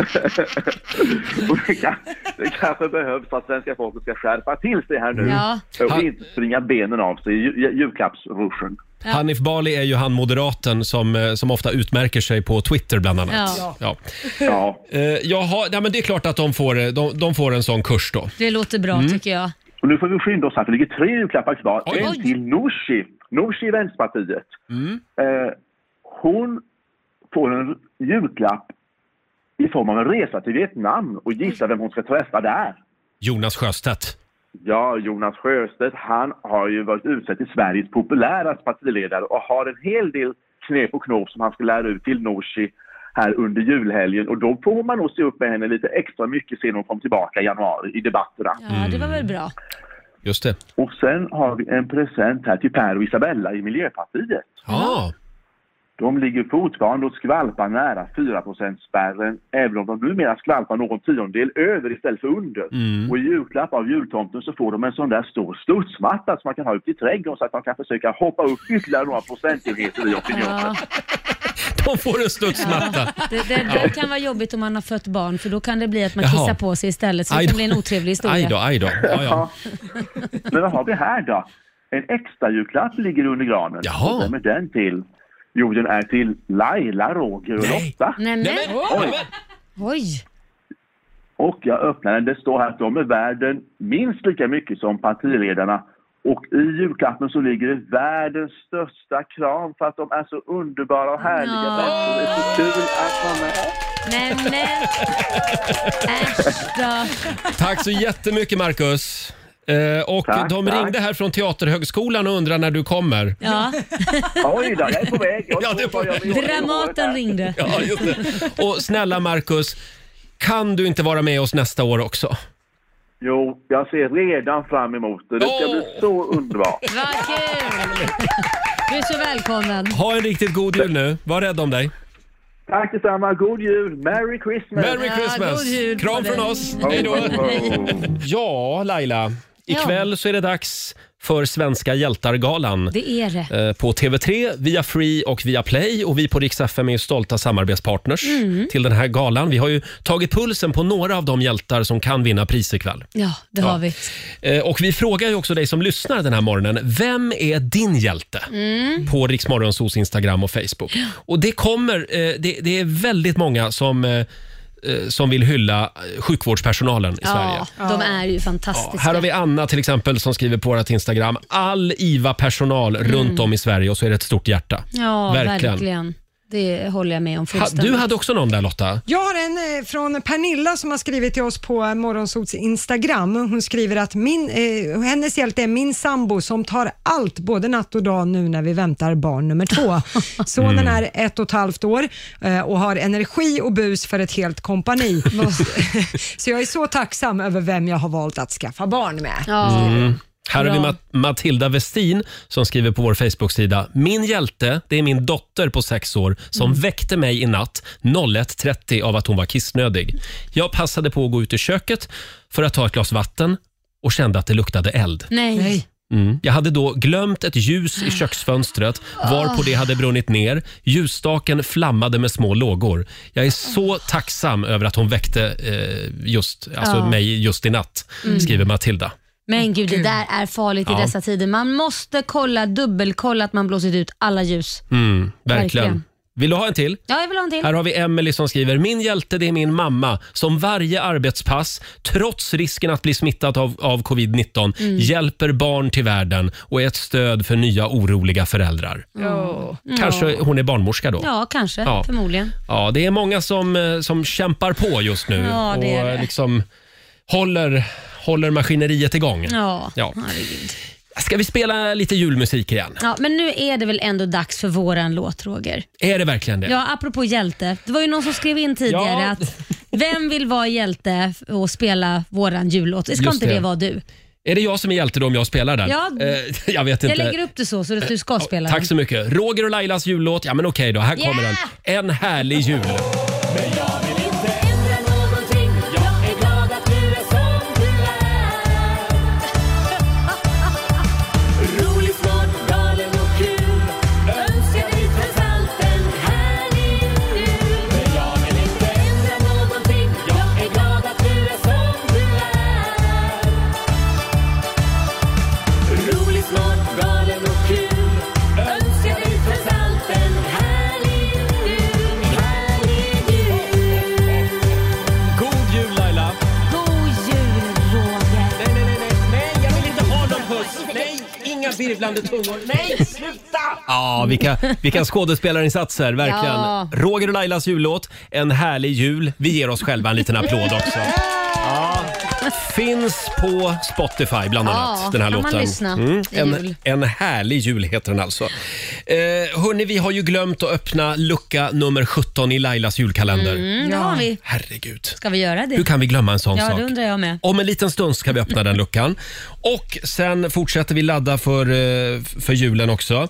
Och det kanske behövs att svenska folket ska skärpa till sig här nu och inte springa benen av sig i julklappsruschen. Ja. Hanif Bali är ju han moderaten som ofta utmärker sig på Twitter bland annat. Ja, men det är klart att de får en sån kurs då. Det låter bra tycker jag. Och nu får vi skynda oss här, för det ligger 3 julklappar kvar. En till Nooshi i Vänsterpartiet. Hon får en julklapp i form av en resa till Vietnam och gissa vem hon ska träffa där. Jonas Sjöstedt. Ja, Jonas Sjöstedt, han har ju varit utsedd till Sveriges populäraste partiledare och har en hel del knep och knop som han ska lära ut till Nooshi här under julhelgen. Och då får man nog se upp med henne lite extra mycket sen hon kom tillbaka i januari i debatterna. Ja, det var väl bra. Just det. Och sen har vi en present här till Per och Isabella i Miljöpartiet. Ja. De ligger fortfarande och skvalpar nära 4%-spärren, även om de numera skvalpar någon tiondel över istället för under. Och i julklapp av jultomten så får de en sån där stor studsmatta som man kan ha ute i trädgården så att man kan försöka hoppa upp ytterligare några procentenheter i opinionen. Ja. De får en studsmatta. Det kan vara jobbigt om man har fött barn, för då kan det bli att man kissar på sig istället, så det kan bli en otrevlig historia. Aj då. Ja. Men vad har vi här då? En extra julklapp ligger under granen. Jaha. Och vem är den till? Jo, den är till Laila, Roger och Lotta. Oj. Och jag öppnar den. Det står här att de är värden minst lika mycket som partiledarna. Och i julklappen så ligger det världens största kram för att de är så underbara och härliga. Det är så kul att vara med. Äsch då. Tack så jättemycket, Marcus. Och Tack. ringde här från Teaterhögskolan och undrar när du kommer. Ja. Oj då, jag är på väg. Dramaten ringde. Ja, just det. Och snälla Marcus, kan du inte vara med oss nästa år också? Jo, jag ser redan fram emot det. Det ska bli så underbart. Vad kul! Du är så välkommen. Ha en riktigt god jul nu. Var rädd om dig. Tack detsamma. God jul. Merry Christmas. Merry Christmas. God jul. Kram från oss. Hej då. Ja, Laila. Ikväll så är det dags för Svenska hjältargalan. Det är det. På TV3, via Free och via Play. Och vi på Rix FM är ju stolta samarbetspartners till den här galan. Vi har ju tagit pulsen på några av de hjältar som kan vinna pris ikväll. Ja, det har vi. Och vi frågar ju också dig som lyssnar den här morgonen. Vem är din hjälte? På Rix Morgonzos Instagram och Facebook. Och det kommer, det är väldigt många som vill hylla sjukvårdspersonalen i Sverige. De är ju fantastiska. Här har vi Anna till exempel som skriver på vårt Instagram. All IVA-personal runt om i Sverige, och så är det ett stort hjärta. Ja, verkligen. Det håller jag med om fullständigt. Du hade också någon där, Lotta. Jag har en från Pernilla som har skrivit till oss på Morgonsots Instagram. Hon skriver att hennes hjälte är min sambo som tar allt, både natt och dag nu när vi väntar barn nummer 2. Sonen är 1,5 år och har energi och bus för ett helt kompani. Så jag är så tacksam över vem jag har valt att skaffa barn med. Här har vi Matilda Westin som skriver på vår Facebook-sida. Min hjälte, det är min dotter på 6 år som väckte mig i natt 01.30 av att hon var kissnödig. Jag passade på att gå ut i köket för att ta ett glas vatten och kände att det luktade eld. Nej. Jag hade då glömt ett ljus i köksfönstret varpå det hade brunnit ner. Ljusstaken flammade med små lågor. Jag är så tacksam över att hon väckte mig just i natt, skriver Matilda. Men gud, det där är farligt i dessa tider. Man måste dubbelkolla att man blåsit ut alla ljus. Verkligen. Vill du ha en till? Ja, jag vill ha en till. Här har vi Emily som skriver. Min hjälte, det är min mamma som varje arbetspass, trots risken att bli smittad av covid-19, hjälper barn till världen och är ett stöd för nya oroliga föräldrar. Kanske hon är barnmorska då? Ja, kanske. Förmodligen. Ja, det är många som kämpar på just nu och liksom håller maskineriet igång. Ja. Herregud. Ska vi spela lite julmusik igen? Ja, men nu är det väl ändå dags för våran låt, Roger. Är det verkligen det? Ja, apropå hjälte. Det var ju någon som skrev in tidigare att vem vill vara hjälte och spela våran jullåt? Ska inte det vara du? Är det jag som är hjälte då om jag spelar den? Ja, jag vet inte. Jag lägger upp det så att du ska spela Tack så mycket. Roger och Lailas jullåt. Ja, men okej då. Här kommer den. En härlig jul. Virvlande tungor. Nej, sluta! Ja, vilka skådespelarinsatser, verkligen. Ja. Roger och Lailas jullåt, en härlig jul. Vi ger oss själva en liten applåd också. Ja. Finns på Spotify bland annat, den här kan låten. Man lyssna en härlig jul heter den alltså. Hörni, vi har ju glömt att öppna lucka nummer 17 i Lailas julkalender. Det har vi. Herregud. Ska vi göra det? Hur kan vi glömma en sån sak? Ja, det undrar jag med. Om en liten stund ska vi öppna den luckan. Och sen fortsätter vi ladda för julen också.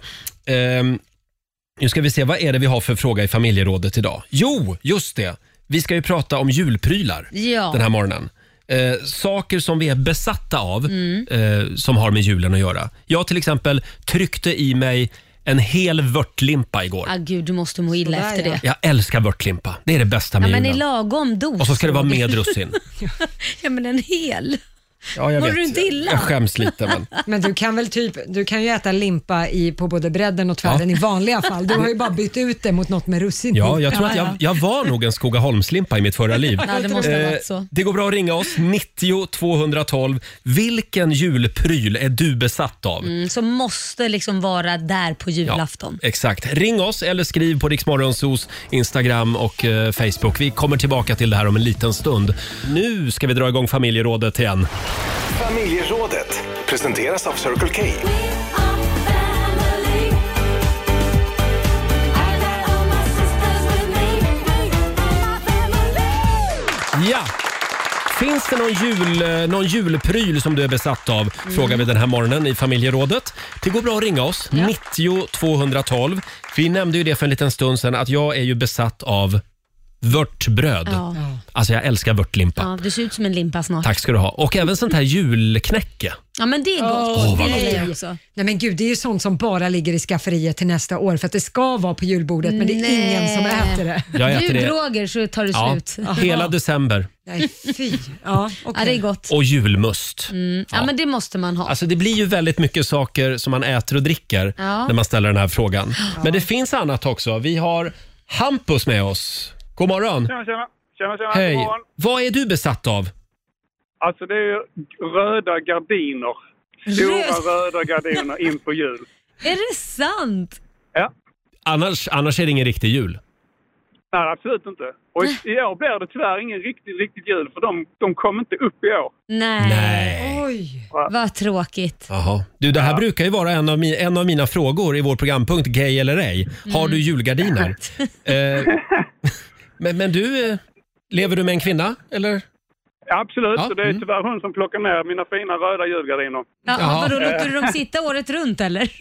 Nu ska vi se, vad är det vi har för fråga i familjerådet idag? Jo, just det. Vi ska ju prata om julprylar den här morgonen. Saker som vi är besatta av som har med julen att göra. Jag till exempel tryckte i mig en hel vörtlimpa igår. Gud, du måste må illa efter det. Jag älskar vörtlimpa. Det är det bästa med men julen. i lagom dos. Och så ska det vara med russin. Ja, men en hel. Ja, jag Mår vet. du inte illa? Jag skäms lite. Men du kan väl du kan ju äta limpa på både bredden och tvärden i vanliga fall. Du har ju bara bytt ut det mot något med russin. Ja, jag tror att jag var nog en Skogaholmslimpa i mitt förra liv. Ja, det måste ha varit så. Det går bra att ringa oss, 90 212. Vilken julpryl är du besatt av? Som måste liksom vara där på julafton. Ja, exakt. Ring oss eller skriv på Rix Morgonzos Instagram och Facebook. Vi kommer tillbaka till det här om en liten stund. Nu ska vi dra igång familjerådet igen. Familjerådet presenteras av Circle K. Ja! Finns det någon julpryl som du är besatt av? Frågar vi den här morgonen i familjerådet. Det går bra att ringa oss, 90 212. Vi nämnde ju det för en liten stund sedan att jag är ju besatt av vörtbröd. Ja. Alltså jag älskar vörtlimpa. Ja, du ser ut som en limpa snart. Tack ska du ha. Och även sånt här julknäcke. Ja, men det är gott. vad det är gott. också. Nej men gud, det är ju sånt som bara ligger i skafferiet till nästa år för att det ska vara på julbordet men det är ingen som äter det. Jag äter Du det. Roger, så tar det slut. Hela december. Nej fy. Ja, Ja, det är gott. Och julmust. Ja, men det måste man ha. Alltså det blir ju väldigt mycket saker som man äter och dricker när man ställer den här frågan. Men det finns annat också. Vi har Hampus med oss. God morgon. Tjena. Hej. God morgon. Vad är du besatt av? Alltså det är röda gardiner. Stora röda gardiner in på jul. Är det sant? Ja. Annars är det ingen riktig jul. Nej, absolut inte. Och i år blir det tyvärr ingen riktigt jul för de kom inte upp i år. Nej. Oj. Vad tråkigt. Jaha. Du, det här brukar ju vara en av mina frågor i vår programpunkt Gay eller ej. Har du julgardiner? Men du, lever du med en kvinna eller? Ja, absolut. Ja. Så det är tyvärr hon som plockar ner mina fina röda julgardiner. Ja, vadå, låter du dem sitta året runt eller?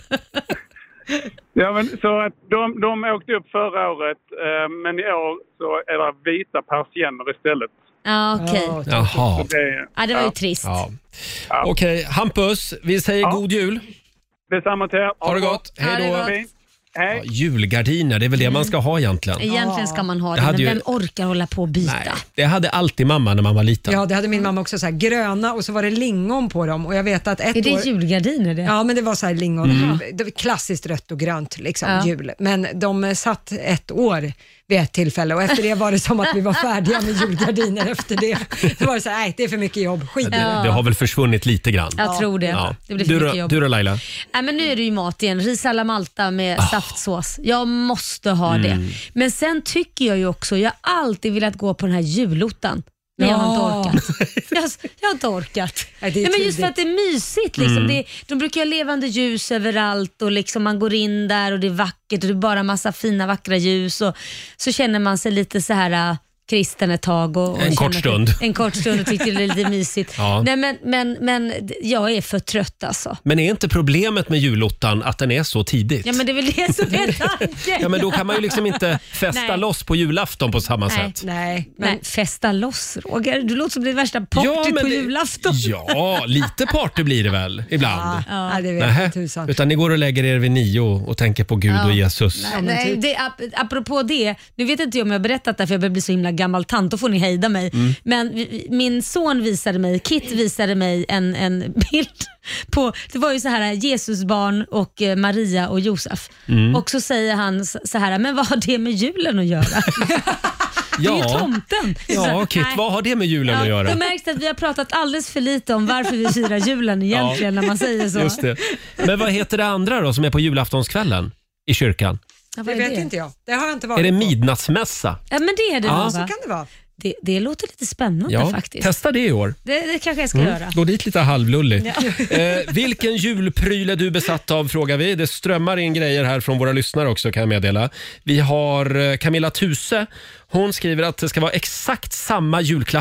Ja, men så att de åkte upp förra året, men i år så är det vita persienner istället. Ja, okej. Jaha. Ja, det var ju trist. Ja. Okej, Hampus, vi säger god jul. Detsamma till er. Ha det gott. Hej då. Hej. Ja, julgardiner, det är väl det man ska ha egentligen. Egentligen ska man ha det, hade men ju- vem orkar hålla på och byta? Nej, det hade alltid mamma när man var liten. Ja, det hade min mamma också, så här, gröna och så var det lingon på dem och jag vet att ett Är det år... julgardiner det? Ja, men det var så här lingon, Mm. det var klassiskt rött och grönt liksom, Ja. jul. Men de satt ett år vid ett tillfälle och efter det var det som att vi var färdiga med julgardiner efter det. Det var så här, nej det är för mycket jobb, skit i det. Det har väl försvunnit lite grann. Jag tror det. Ja. Det blir för mycket jobb. Du då Laila? Nej, men nu är det ju mat igen. Ris alla Malta med saftsås. Jag måste ha det. Men sen tycker jag ju också, jag har alltid velat gå på den här julottan. Men jag har inte orkat. Jag har inte orkat. Nej, det är Men just för att det är mysigt. Liksom. De brukar ha levande ljus överallt och liksom man går in där och det är vackert och det är bara massa fina vackra ljus och så känner man sig lite så här kristen ett tag. Och En kort stund. En kort stund och tyckte det är lite mysigt. Ja. Nej, men jag är för trött alltså. Men är inte problemet med julottan att den är så tidigt? Ja, men det är väl det som är tanken. Ja, men då kan man ju liksom inte festa Nej. loss på julafton på samma Nej. sätt. Nej, men Nej, festa loss Roger. Du låter som det värsta partyt på julafton. Ja, lite party blir det väl ibland. ja, det vet Nähä. jag tusan. Utan ni går och lägger er vid 9 och tänker på Gud och Jesus. Nej, det, apropå det, nu vet inte jag om jag har berättat det för jag börjar bli så himla gammal tant, då får ni hejda mig. Men min son visade mig, Kit visade mig en bild på, det var ju så här Jesusbarn och Maria och Josef. Och så säger han så här, men vad har det med julen att göra? Det är ju tomten. Ja, Kit, Nej. vad har det med julen att göra? Då märks att vi har pratat alldeles för lite om varför vi firar julen egentligen när man säger så. Just det. Men vad heter det andra då som är på julaftonskvällen i kyrkan? Ja, vad det är vet det? inte jag. Det har jag inte varit Är det på. midnattsmässa? Ja, men det är det Ja. nog, Så va? kan det vara. Det låter lite spännande faktiskt. Testa det i år. Det kanske jag ska göra. Gå dit lite halvlullig. Vilken julpryl är du besatt av, frågar vi. Det strömmar in grejer här från våra lyssnare också, kan jag meddela. Vi har Camilla Tuse. Hon skriver att det ska vara exakt samma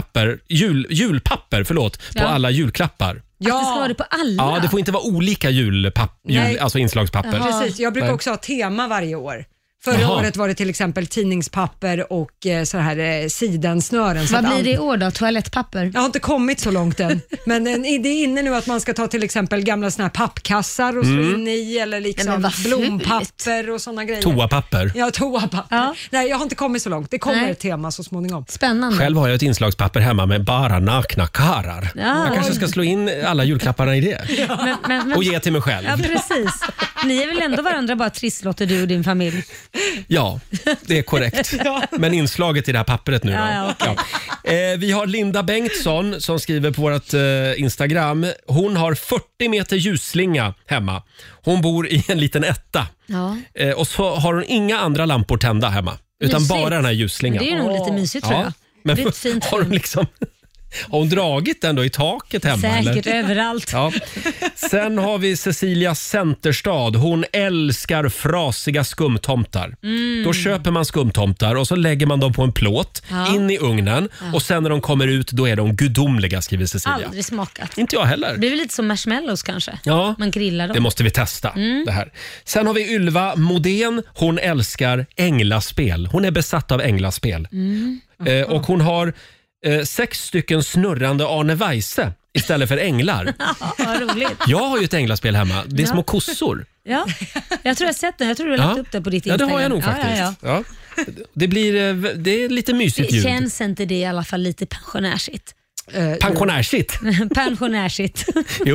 julpapper på alla julklappar. Ja. Att det ska vara det på alla? Ja, det får inte vara olika alltså inslagspapper. Precis, jag brukar också ha tema varje år. Förra året var det till exempel tidningspapper och så här sidensnören. Vad blir det i år då? Toalettpapper? Jag har inte kommit så långt än. Men det är inne nu att man ska ta till exempel gamla såna här pappkassar och slå in i, eller liksom blompapper och såna grejer. Toapapper. Ja, toapapper. Ja. Nej, jag har inte kommit så långt. Det kommer ett tema så småningom. Spännande. Själv har jag ett inslagspapper hemma med bara nakna karar. Ja. Jag kanske ska slå in alla julklapparna i det. Men, och ge till mig själv. Ja, precis. Ni är väl ändå varandra bara trisslotter, du och din familj? Ja, det är korrekt. Men inslaget i det här pappret nu då. Okay. Vi har Linda Bengtsson som skriver på vårt Instagram. Hon har 40 meter ljusslinga hemma. Hon bor i en liten etta. Ja. Och så har hon inga andra lampor tända hemma. Utan mysigt. Bara den här ljusslingan. Det är nog lite mysigt tror jag. Men det är ett fint har hon liksom... Har hon dragit den då i taket hemma? Säkert eller? Överallt. Ja. Sen har vi Cecilia Centerstad. Hon älskar frasiga skumtomtar. Då köper man skumtomtar och så lägger man dem på en plåt in i ugnen. Och sen när de kommer ut, då är de gudomliga, skriver Cecilia. Aldrig smakat. Inte jag heller. Det blir lite som marshmallows kanske. Ja, man grillar dem. Det måste vi testa. Det här. Sen har vi Ylva Modén. Hon älskar änglaspel. Hon är besatt av änglaspel. Och hon har 6 stycken snurrande Arne Weise istället för änglar. Vad roligt. Jag har ju ett änglaspel hemma. Det är små kossor. Ja, jag tror jag har sett den. Jag tror du har lagt upp det på ditt Instagram. Ja, det har jag nog faktiskt. Ja. Det är lite mysigt ljud. Känns inte det i alla fall lite pensionärsigt? Pensionärsigt? Pensionärsigt.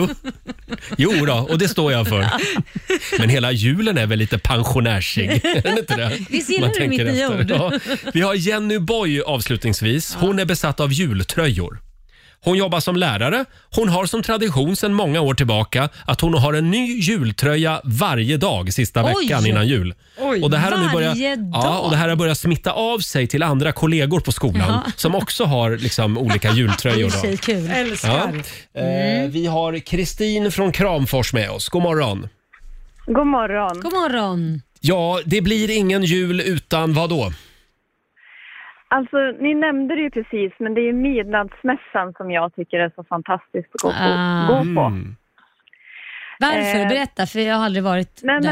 Jo då, och det står jag för. Men hela julen är väl lite pensionärsig. Är det inte det? Visst gillar du mitt nya ord? Ja. Vi har Jenny Boy avslutningsvis. Hon är besatt av jultröjor. Hon jobbar som lärare. Hon har som tradition sedan många år tillbaka att hon har en ny jultröja varje dag sista veckan innan jul. Och det här har börjat smitta av sig till andra kollegor på skolan som också har liksom olika jultröjor. Det är kul. Älskar. Vi har Kristin från Kramfors med oss. God morgon. God morgon. God morgon. Ja, det blir ingen jul utan vad då? Alltså, ni nämnde det ju precis, men det är midnattsmässan som jag tycker är så fantastiskt att gå på. Varför? Berätta, för jag har aldrig varit där.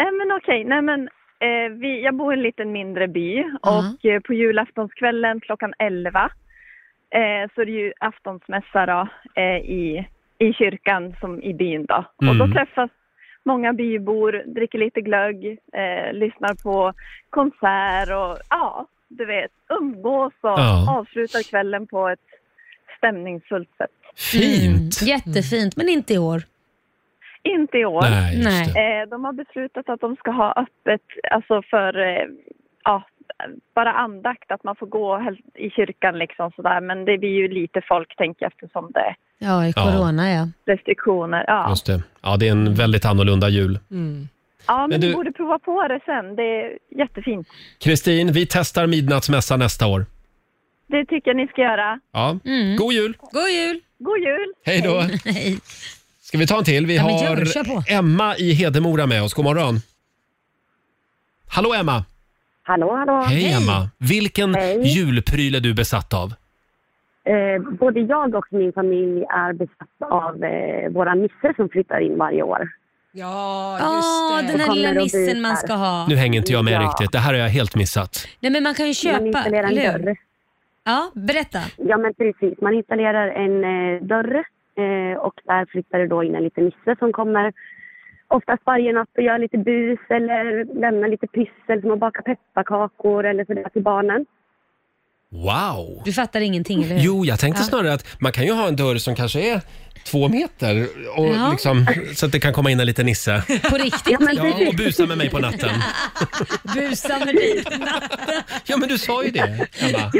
Jag bor i en liten mindre by och på julaftonskvällen klockan 11 så är det ju aftonsmässa då, i kyrkan som i byn då. Och då träffas många bybor, dricker lite glögg, lyssnar på konsert och du vet, umgås och avslutar kvällen på ett stämningsfullt sätt. Fint! Jättefint, men inte i år. Inte i år. Nej. De har beslutat att de ska ha öppet alltså för bara andakt, att man får gå i kyrkan liksom sådär, men det blir ju lite folk tänker eftersom det i corona restriktioner. Ja. Just det. Ja, det är en väldigt annorlunda jul. Ja, men du borde prova på det sen. Det är jättefint. Kristin, vi testar midnattsmässa nästa år. Det tycker jag ni ska göra. Ja. God jul! God jul! God jul! Hej då! Hej. Ska vi ta en till? Vi har Emma i Hedemora med oss. God morgon. Hallå Emma! Hallå. Hej Emma! Vilken julpryl är du besatt av? Både jag och min familj är besatt av våra nisser som flyttar in varje år. Ja, just det. Den här lilla nissen man ska ha. Nu hänger inte jag med riktigt. Det här har jag helt missat. Nej, men man kan ju köpa. Man installerar en dörr. Ja, berätta. Ja, men precis. Man installerar en dörr och där flyttar det då in en liten nisse som kommer oftast varje natt och gör lite bus eller lämnar lite pyssel som att baka pepparkakor eller sådär till barnen. Wow! Du fattar ingenting, eller hur? Jo, jag tänkte snarare att man kan ju ha en dörr som kanske är 2 meter och liksom, så att det kan komma in en liten nisse. På riktigt? Ja, och busa med mig på natten. Busa med dig på natten? Ja, men du sa ju det, Emma.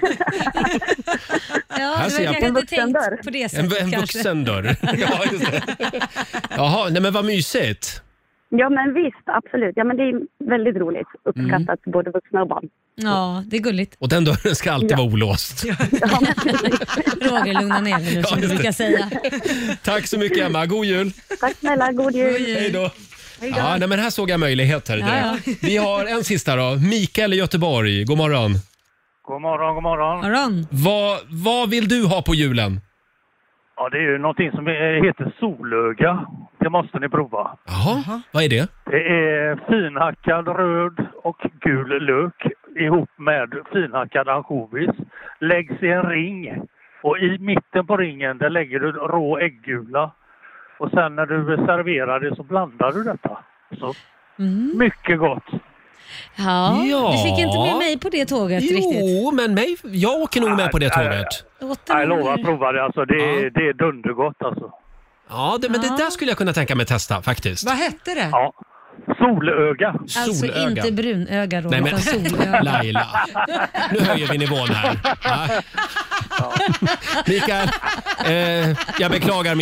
Ja, ser jag kanske inte tänkt på det sättet. En vuxen dörr. Ja, just det. Jaha, nej men vad mysigt. Ja, men visst, absolut. Ja, men det är väldigt roligt. Uppskattat både vuxna och barn. Ja, det är gulligt. Och den dörren ska alltid vara olåst. Roger, lugna ner dig nu som du brukar säga. Tack så mycket, Emma. God jul. Tack snälla, god jul. Hej då. Ja, nej, men här såg jag möjligheter direkt. Vi har en sista då. Mikael i Göteborg. God morgon. God morgon, god morgon. Morgon. Vad vill du ha på julen? Ja, det är ju någonting som heter solöga. Det måste ni prova. Jaha, vad är det? Det är finhackad röd och gul lök ihop med finhackad ansjovis. Läggs i en ring och i mitten på ringen där lägger du rå ägggula. Och sen när du serverar det så blandar du detta. Så mycket gott. Ja, du fick inte med mig på det tåget riktigt. Jo, men jag åker nog med på det tåget. Jag lovar att prova det. Alltså, det är dundergott alltså. Ja, men det där skulle jag kunna tänka mig testa faktiskt. Vad hette det? Ja. Solöga. Alltså Solöga. Inte brunöga, Nej, men solöga. Laila, nu höjer vi nivån här. Ja. Mikael, jag beklagar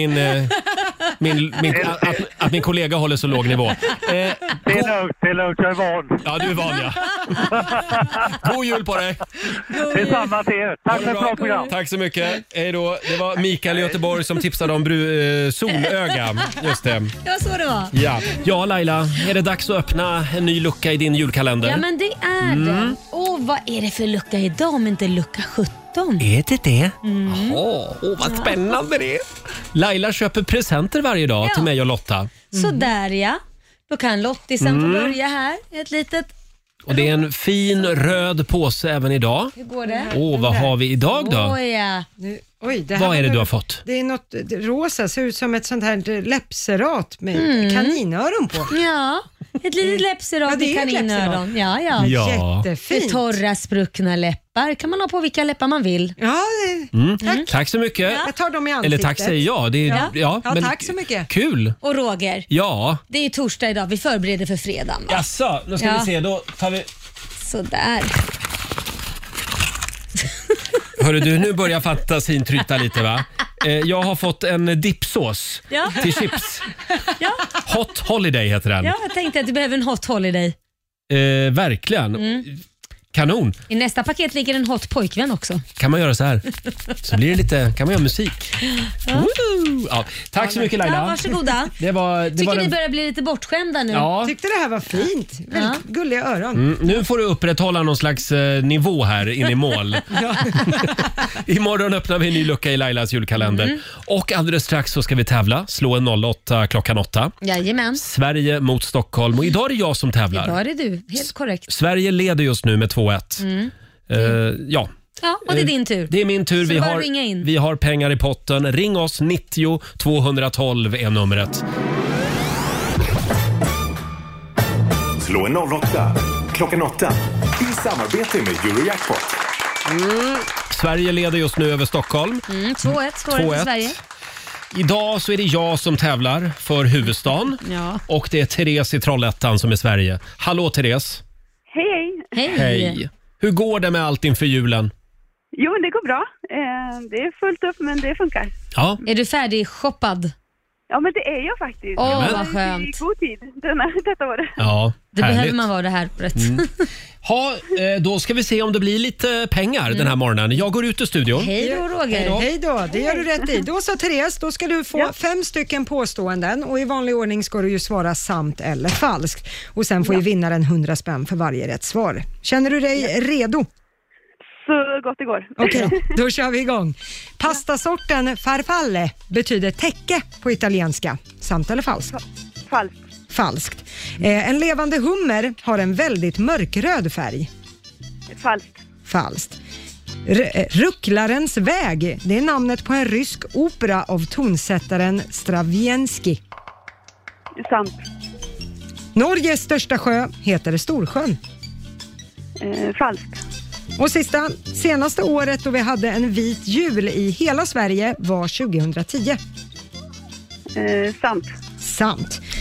att min kollega håller så låg nivå. Det är lugnt, jag är van. Ja, du är van, ja. God jul på dig. Detsamma till er. Tack för ett bra program. Tack så mycket. Hej då. Det var Mikael i Göteborg som tipsade om solöga. Just det. Ja, så det var. Ja, Laila, är det dags att öppna en ny lucka i din julkalender? Ja, men det är det. Vad är det för lucka idag om inte lucka 17? Är det det? Vad spännande det är. Laila köper presenter varje dag till mig och Lotta. Så där ja. Då kan Lottisen få börja här. Ett litet... Och det är en fin röd påse även idag. Hur går det? Vad har vi idag då? Vad är det du har fått? Det är något rosa, ser ut som ett sånt här läppserat med kaninöron på. Ja, ett litet läppserat med kaninöron. Ja. Jättefint. För torra spruckna läppar kan man ha på vilka läppar man vill. Ja, Tack så mycket. Jag tar dem i ansiktet. Eller tack säger jag. Men tack så mycket. Kul. Och Roger, det är ju torsdag idag. Vi förbereder för fredagen. Jaså, nu ska vi se. Då tar vi... Sådär. Hörru du, nu börjar fantasin tryta lite va? Jag har fått en dipsås till chips. Hot Holiday heter den. Ja, jag tänkte att du behöver en Hot Holiday. Verkligen. Kanon. I nästa paket ligger en hot pojkvän också. Kan man göra så här? Så blir det lite, kan man göra musik. Tack så mycket Laila. Ja, varsågoda. Tycker ni börjar bli lite bortskämda nu? Ja. Tyckte det här var fint. Väldigt gulliga öron. Nu får du upprätthålla någon slags nivå här in i mål. Imorgon öppnar vi en ny lucka i Lailas julkalender. Och alldeles strax så ska vi tävla. Slå en 08 klockan 8. Jajamän. Sverige mot Stockholm. Och idag är det jag som tävlar. Idag är det du, helt korrekt. Sverige leder just nu med 2-1. Ja, och det är din tur. Det är min tur. Så vi har pengar i potten. Ring oss, 90 212 är numret. Slå en 08 klockan 8 i samarbete med Eurojackpot. Sverige leder just nu över Stockholm. 2-1 står det för Sverige. Idag så är det jag som tävlar för huvudstaden. Och det är Therese i Trollhättan som är Sverige. Hallå Therese. Hej. Hur går det med allt inför julen? Jo, det går bra. Det är fullt upp, men det funkar. Ja. Är du färdig shoppad? Ja, men det är jag faktiskt. Vad skönt. I god tid detta året. Ja, det behöver man vara det här året. Då ska vi se om det blir lite pengar den här morgonen. Jag går ut ur studion. Hej då Roger. Hej då, det gör du rätt i. Då så Therese, då ska du få 5 stycken påståenden och i vanlig ordning ska du ju svara sant eller falskt. Och sen får ju vinnaren 100 spänn för varje rätt svar. Känner du dig redo? Så gott det går. Okej, då kör vi igång. Pastasorten farfalle betyder täcke på italienska. Sant eller falskt? Falskt. En levande hummer har en väldigt mörkröd färg. Falskt. Rucklarens väg, det är namnet på en rysk opera av tonsättaren Stravinsky. Sant. Norges största sjö heter Storsjön. Falskt. Och senaste året då vi hade en vit jul i hela Sverige var 2010. Sant.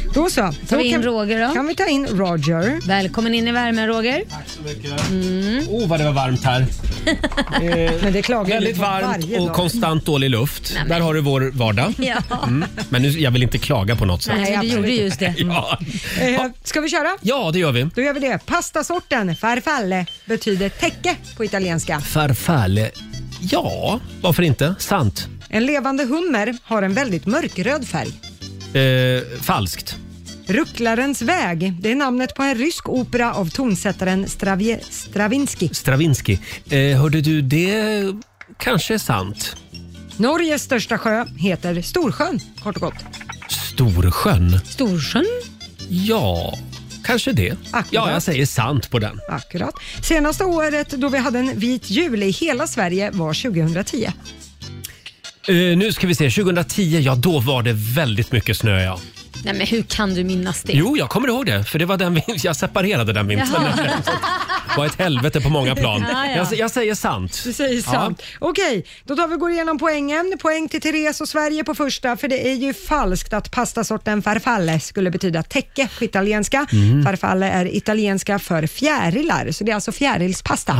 Då så. Tar vi in Roger då? Kan vi ta in Roger. Välkommen in i värmen, Roger. Tack så mycket. Vad det var varmt här. Men det klagar väldigt varmt och dag. konstant dålig luft. Där har du vår vardag. Ja. Men nu, jag vill inte klaga på något sätt. Nej, du gjorde just det. Ja. Ska vi köra? Ja, det gör vi. Då gör vi det. Pastasorten farfalle betyder täcke på italienska. Farfalle. Ja, varför inte? Sant. En levande hummer har en väldigt mörkröd färg. Falskt. Rucklarens väg, det är namnet på en rysk opera av tonsättaren Stravinsky. Hörde du, det kanske är sant. Norges största sjö heter Storsjön, kort och gott. Storsjön? Storsjön? Ja, kanske det. Akkurat. Ja, jag säger sant på den. Akkurat. Senaste året då vi hade en vit jul i hela Sverige var 2010. Nu ska vi se, 2010, ja då var det väldigt mycket snö, ja. Nej, men hur kan du minnas det? Jo, jag kommer ihåg det, för det var den jag separerade den vintern. Det var ett helvete på många plan. Ja. Jag säger sant. Du säger sant. Okej, då tar vi och går igenom poängen. Poäng till Therese och Sverige på första, för det är ju falskt att pastasorten farfalle skulle betyda täcke på italienska. Farfalle är italienska för fjärilar, så det är alltså fjärilspasta.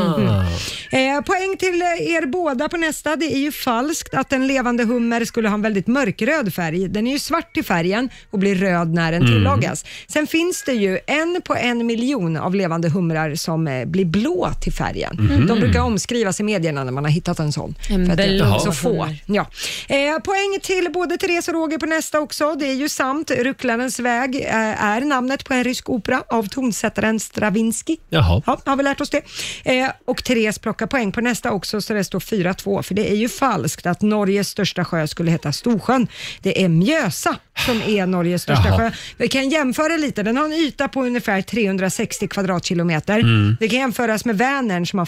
Poäng till er båda på nästa. Det är ju falskt att en levande hummer skulle ha en väldigt mörkröd färg. Den är ju svart i färgen och blir röd när den tillagas. Sen finns det ju 1 på 1 miljon av levande humrar som blir blå till färgen. De brukar omskrivas i medierna när man har hittat en sån. För att det är så få. Ja. Poäng till både Therese och Roger på nästa också. Det är ju sant. Rucklarens väg är namnet på en rysk opera av tonsättaren Stravinsky. Jaha. Ja, har vi lärt oss det. Och Therese plockar poäng på nästa också, så det står 4-2. För det är ju falskt att Norges största sjö skulle heta Storsjön. Det är Mjösa som är Norges största sjö. Vi kan jämföra lite. Den har en yta på ungefär 360 kvadratkilometer. Det kan jämföras med Vänern som har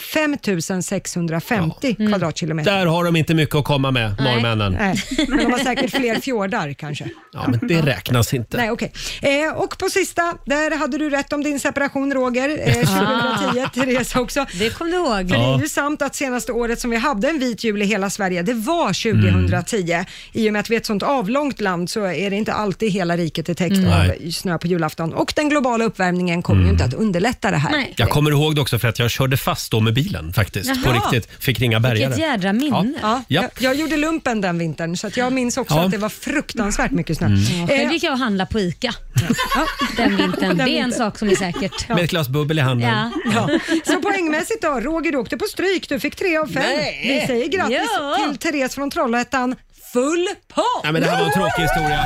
5650 kvadratkilometer. Där har de inte mycket att komma med, norrmännen. Nej, men de har säkert fler fjordar kanske. Ja, men det räknas inte. Nej, okej. Och på sista, där hade du rätt om din separation, Roger. 2010, Therese också. Det kom du ihåg. För det är ju sant att senaste året som vi hade en vit jul i hela Sverige, det var 2010. I och med att vi är ett sånt avlångt land så är det inte alltid hela riket är täckt av snö på julafton. Och den globala uppvärmningen kommer ju inte att underlätta det här. Nej. Jag kommer ihåg det också för att jag körde fast då med bilen faktiskt. Jaha. På riktigt. Fick ringa bärgare. Vilket jädra minne. Ja. Jag gjorde lumpen den vintern så att jag minns också att det var fruktansvärt mycket snö. Själv gick jag och handla på ICA. Den vintern. Det är en sak som är säkert. Med ett glas bubbel i handen. Ja. Så poängmässigt då, Roger, du åkte på stryk. Du fick 3 av 5. Vi säger grattis till Therese från Trollhättan. Full pott! Nej, men det här var en tråkig historia.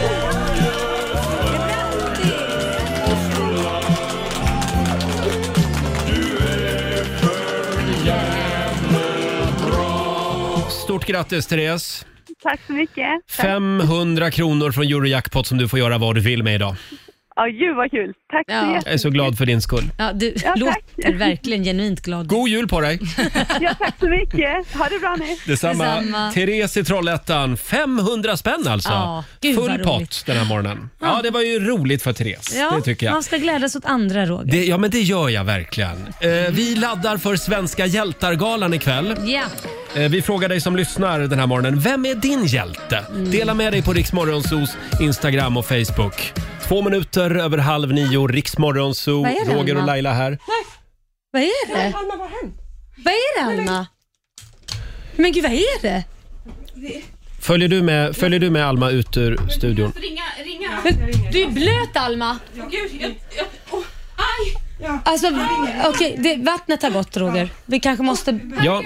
Stort grattis, Therese. Tack så mycket. 500 kronor från Eurojackpot som du får göra vad du vill med idag. Ja, gud vad kul. Tack så jättemycket. Jag är så glad för din skull. Ja, du låter verkligen genuint glad. God jul på dig. Ja, tack så mycket. Ha det bra nu. Detsamma. Therese i Trollhättan. 500 spänn alltså. Ja, gud, vad full roligt. pott den här morgonen. Ja, det var ju roligt för Therese. Ja, det tycker jag. Man ska glädjas åt andra, Roger. Ja, men det gör jag verkligen. Vi laddar för Svenska hjältargalan ikväll. Ja. Vi frågar dig som lyssnar den här morgonen. Vem är din hjälte? Dela med dig på Rix Morgonzos Instagram och Facebook. 2 minuter över 8:30. Rix Morgonzoo. Roger och Laila här. Vad är det? Alma, vad har hänt? Vad är det, Alma? Men gud, vad är det? Följer du med Alma ut ur studion? Ringa. Men, du är blöt, Alma. Gud, aj. Alltså, okej, vattnet har gått, Roger. Vi kanske måste... Ja.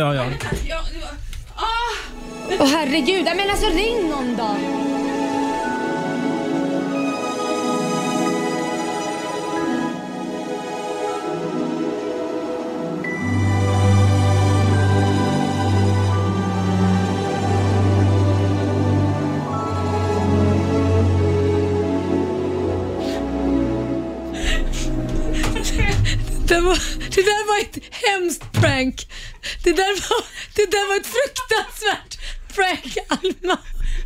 Åh, herregud. Men alltså, ring någon då. Det där var ett hemskt prank. Det där var ett fruktansvärt prank, Alma.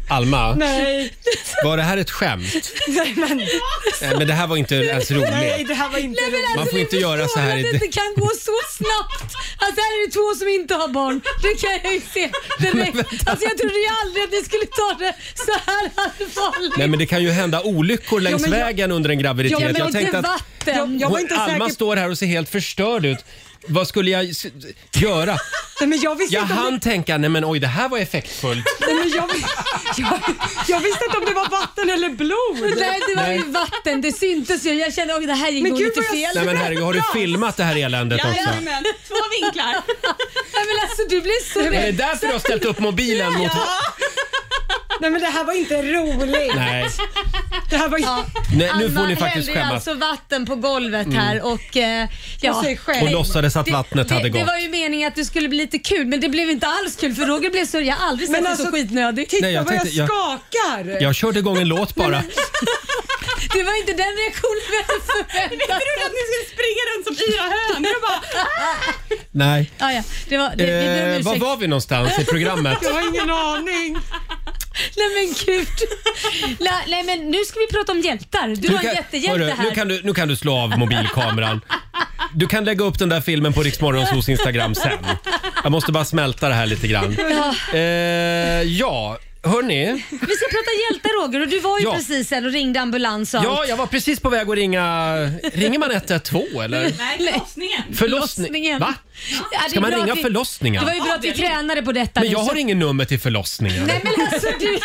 Alma, Nej. var det här ett skämt? Nej, Men det här var inte ens roligt. Nej, det här var inte roligt. Man får inte göra så här. Att det inte kan gå så snabbt. Alltså här är det 2 som inte har barn. Det kan jag ju se direkt. Alltså jag trodde ju aldrig att ni skulle ta det så här allvarligt. Nej, men det kan ju hända olyckor längs vägen under en graviditet. Ja, men jag tänkte att jag var inte Alma står här och ser helt förstörd ut. Vad skulle jag göra? Nej, men jag hann tänka, nej men oj, det här var effektfullt. Nej, men jag visste inte om det var vatten eller blod. Nej, det var ju vatten. Det syntes ju. Jag kände att det här gick nog lite fel. Nej men herregud, har du filmat det här eländet också? Jajamän, 2 vinklar. Nej, men alltså du blir så rädd. Är det därför du har ställt upp mobilen mot... Nej, men det här var inte roligt. Nej. Det här var Nej, nu får ni faktiskt hällde skämmas. alltså vatten på golvet här och Och låtsades att vattnet hade gått. Det var ju meningen att det skulle bli lite kul, men det blev inte alls kul för Roger blev så, jag har aldrig sett det så skitnödig. Titta Nej, vad jag skakar. Jag körde igång en låt bara. Det var inte den reaktionen vi hade förväntat. Vi trodde att ni skulle springa runt som 4 hönor och bara... Nej. Ja, det var, var var vi någonstans i programmet? Jag har ingen aning. Nej men gud. Nej men nu ska vi prata om hjältar. Du har en jättehjälte här. Nu kan du slå av mobilkameran. Du kan lägga upp den där filmen på Rix Morgonzos Instagram sen. Jag måste bara smälta det här lite grann. Ja, hörni. Vi ska prata hjältar, Roger, och du var ju precis här och ringde ambulans och allt. Ja, jag var precis på väg att ringa. Ringer man 112 eller? Nej, Förlossningen. Va? Ska man ringa förlossningen? Det var ju bra att vi tränade på detta. Men jag har ingen nummer till förlossningen. Nej men alltså du...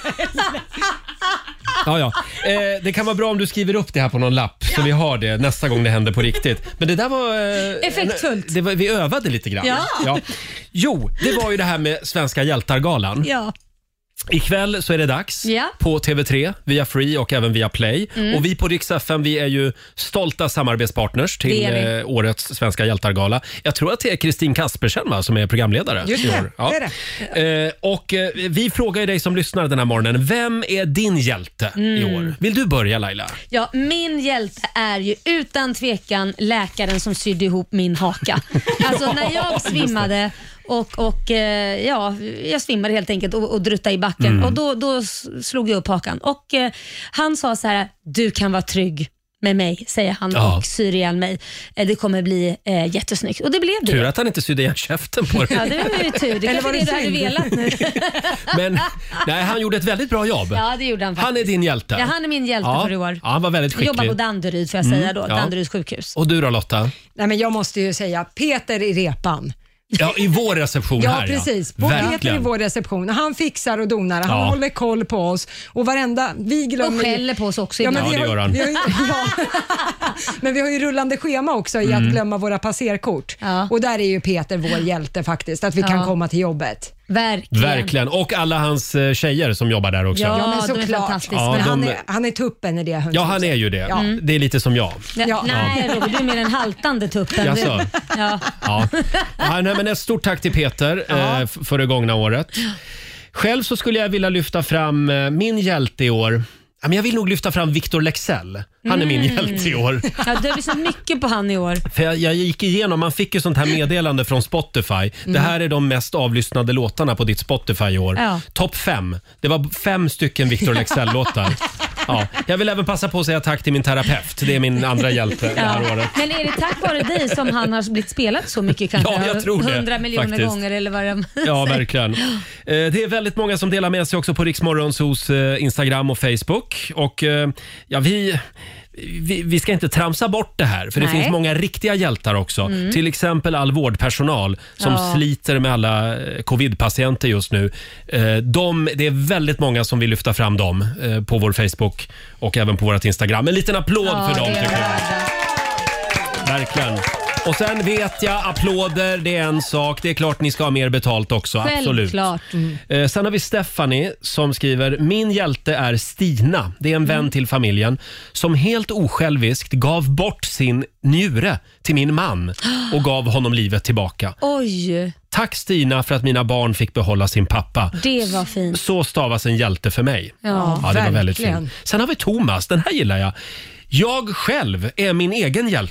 Ja. Det kan vara bra om du skriver upp det här på någon lapp så vi har det nästa gång det händer på riktigt. Men det där var... effektfullt. Vi övade lite grann. Ja. Jo, det var ju det här med Svenska hjältargalan. Ja. Ikväll så är det dags på TV3, via Free och även via Play. Och vi på Rix FM, vi är ju stolta samarbetspartners till årets Svenska hjältargala. Jag tror att det är Kristin Kaspersen som är programledare. Just det, ja. det är det. Och vi frågar dig som lyssnar den här morgonen, vem är din hjälte i år? Vill du börja, Laila? Ja, min hjälte är ju utan tvekan läkaren som sydde ihop min haka. Alltså när jag svimmade och jag svimmade helt enkelt och druttade i backen och då slog jag upp hakan och han sa så här: du kan vara trygg med mig, säger han och syr ihjäl mig. Det kommer bli jättesnyggt. Och det blev det. Tur att han inte sydde igen käften på det. Ja, det var ju tur. Det kanske det du hade velat nu. Men nej, han gjorde ett väldigt bra jobb. Ja, det gjorde han faktiskt. Han är din hjälte. Ja, han är min hjälte för i år. Ja, han var väldigt skicklig. Jobbar på Danderyd får jag säga då. Danderyds sjukhus. Och du då, Lotta? Nej, men jag måste ju säga Peter i repan. Ja, i vår reception här. Ja, precis. Peter i vår reception. Han fixar och donar. Han håller koll på oss. Och varenda... Vi glömmer... Och skäller på oss också. Ja, men det gör han. Men vi har ju rullande schema också i att glömma våra passerkort. Ja. Och där är ju Peter vår hjälte faktiskt. Att vi kan komma till jobbet. Verkligen. Och alla hans tjejer som jobbar där också. Ja, men såklart. Ja, men han är tuppen i det huset. Ja, han är ju det. Ja. Det är lite som jag. Ja. Nej, Roger, du är mer en haltande tuppen. Jaså? Ja. Nej, men ett stort tack till Peter för det gångna året. Själv så skulle jag vilja lyfta fram min hjälte i år. Jag vill nog lyfta fram Victor Lexell. Han är min hjälte i år. Ja, du har visat mycket på han i år. För jag gick igenom, man fick ju sånt här meddelande från Spotify. Det här är de mest avlyssnade låtarna på ditt Spotify i år. Ja. Topp 5. Det var 5 stycken Victor Lexell-låtar. Ja. Jag vill även passa på att säga tack till min terapeut. Det är min andra hjälte det här året. Men är det tack vare dig som han har blivit spelad så mycket? Kanske? Ja, jag tror det. 100 miljoner faktiskt. Gånger eller vad det Ja, verkligen. Det är väldigt många som delar med sig också på Rix Morgonzos Instagram och Facebook. Och vi ska inte tramsa bort det här, för det finns många riktiga hjältar också. Till exempel all vårdpersonal som sliter med alla covid-patienter just nu. Det är väldigt många som vill lyfta fram dem på vår Facebook och även på vårt Instagram. En liten applåd för dem tycker jag. Verkligen. Och sen vet jag, applåder, det är en sak. Det är klart ni ska ha mer betalt också. Självklart. Absolut. Sen har vi Stephanie som skriver: min hjälte är Stina. Det är en vän till familjen som helt osjälviskt gav bort sin njure till min man och gav honom livet tillbaka. Oj. Tack Stina för att mina barn fick behålla sin pappa. Det var fint. Så stavas en hjälte för mig. Ja, det var väldigt fint. Sen har vi Thomas, den här gillar jag. Jag själv är min egen hjälte.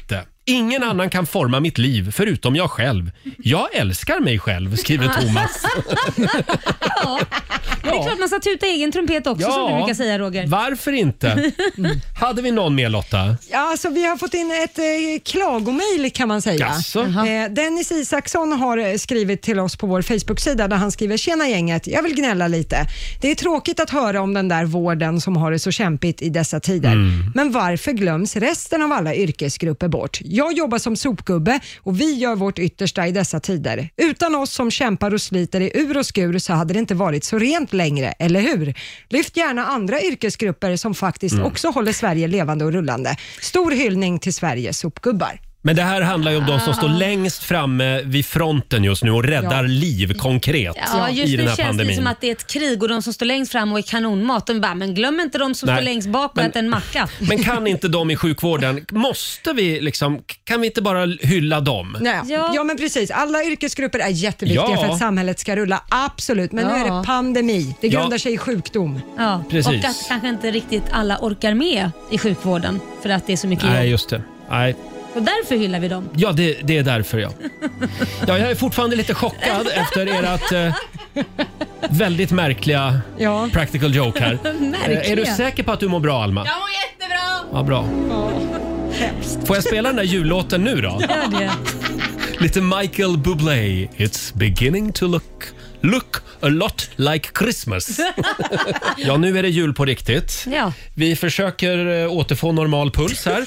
Ingen annan kan forma mitt liv förutom jag själv. Jag älskar mig själv, skriver Thomas. Ja. Det är klart man ska tuta egen trumpet också, som du brukar säga, Roger. Varför inte? Hade vi någon mer, Lotta? Ja, alltså, vi har fått in ett klagomail kan man säga. Dennis Isaksson har skrivit till oss på vår Facebook-sida där han skriver: Tjena gänget, jag vill gnälla lite. Det är tråkigt att höra om den där vården som har det så kämpigt i dessa tider. Men varför glöms resten av alla yrkesgrupper bort? Jag jobbar som sopgubbe och vi gör vårt yttersta i dessa tider. Utan oss som kämpar och sliter i ur och skur så hade det inte varit så rent längre, eller hur? Lyft gärna andra yrkesgrupper som faktiskt också håller Sverige levande och rullande. Stor hyllning till Sveriges sopgubbar. Men det här handlar ju om de som står längst framme vid fronten just nu och räddar liv konkret just i den här nu känns pandemin. det som att det är ett krig och de som står längst fram och är kanonmat, de bara, men glöm inte de som står längst bak och äter en macka. Men kan inte de i sjukvården, kan vi inte bara hylla dem? Nej. Ja, men precis. Alla yrkesgrupper är jätteviktiga för att samhället ska rulla. Absolut, men nu är det pandemi. Det grundar sig i sjukdom. Ja, precis. Och att kanske inte riktigt alla orkar med i sjukvården för att det är så mycket jobb. Nej, just det. Nej. Och därför hyllar vi dem. Ja, det är därför, ja. Jag är fortfarande lite chockad efter ert väldigt märkliga practical joke här. Är du säker på att du mår bra, Alma? Jag mår jättebra! Ja, bra. Får jag spela den där jullåten nu då? Gör det. Lite Michael Bublé. It's beginning to look a lot like Christmas. Ja, nu är det jul på riktigt. Ja. Vi försöker återfå normal puls här.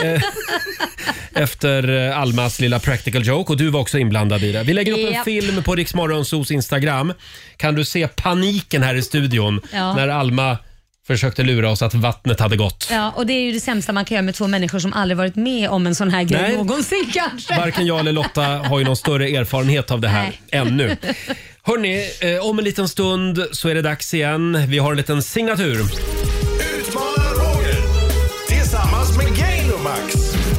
Efter Almas lilla practical joke, och du var också inblandad i det. Vi lägger upp en film på Rix Morgonzos Instagram. Kan du se paniken här i studion när Alma försökte lura oss att vattnet hade gått. Ja, och det är ju det sämsta man kan göra med två människor som aldrig varit med om en sån här grej någonsin kanske. Varken jag eller Lotta har ju någon större erfarenhet av det här ännu. Hörrni, om en liten stund så är det dags igen. Vi har en liten signatur. Utmanar Roger tillsammans med Gainomax.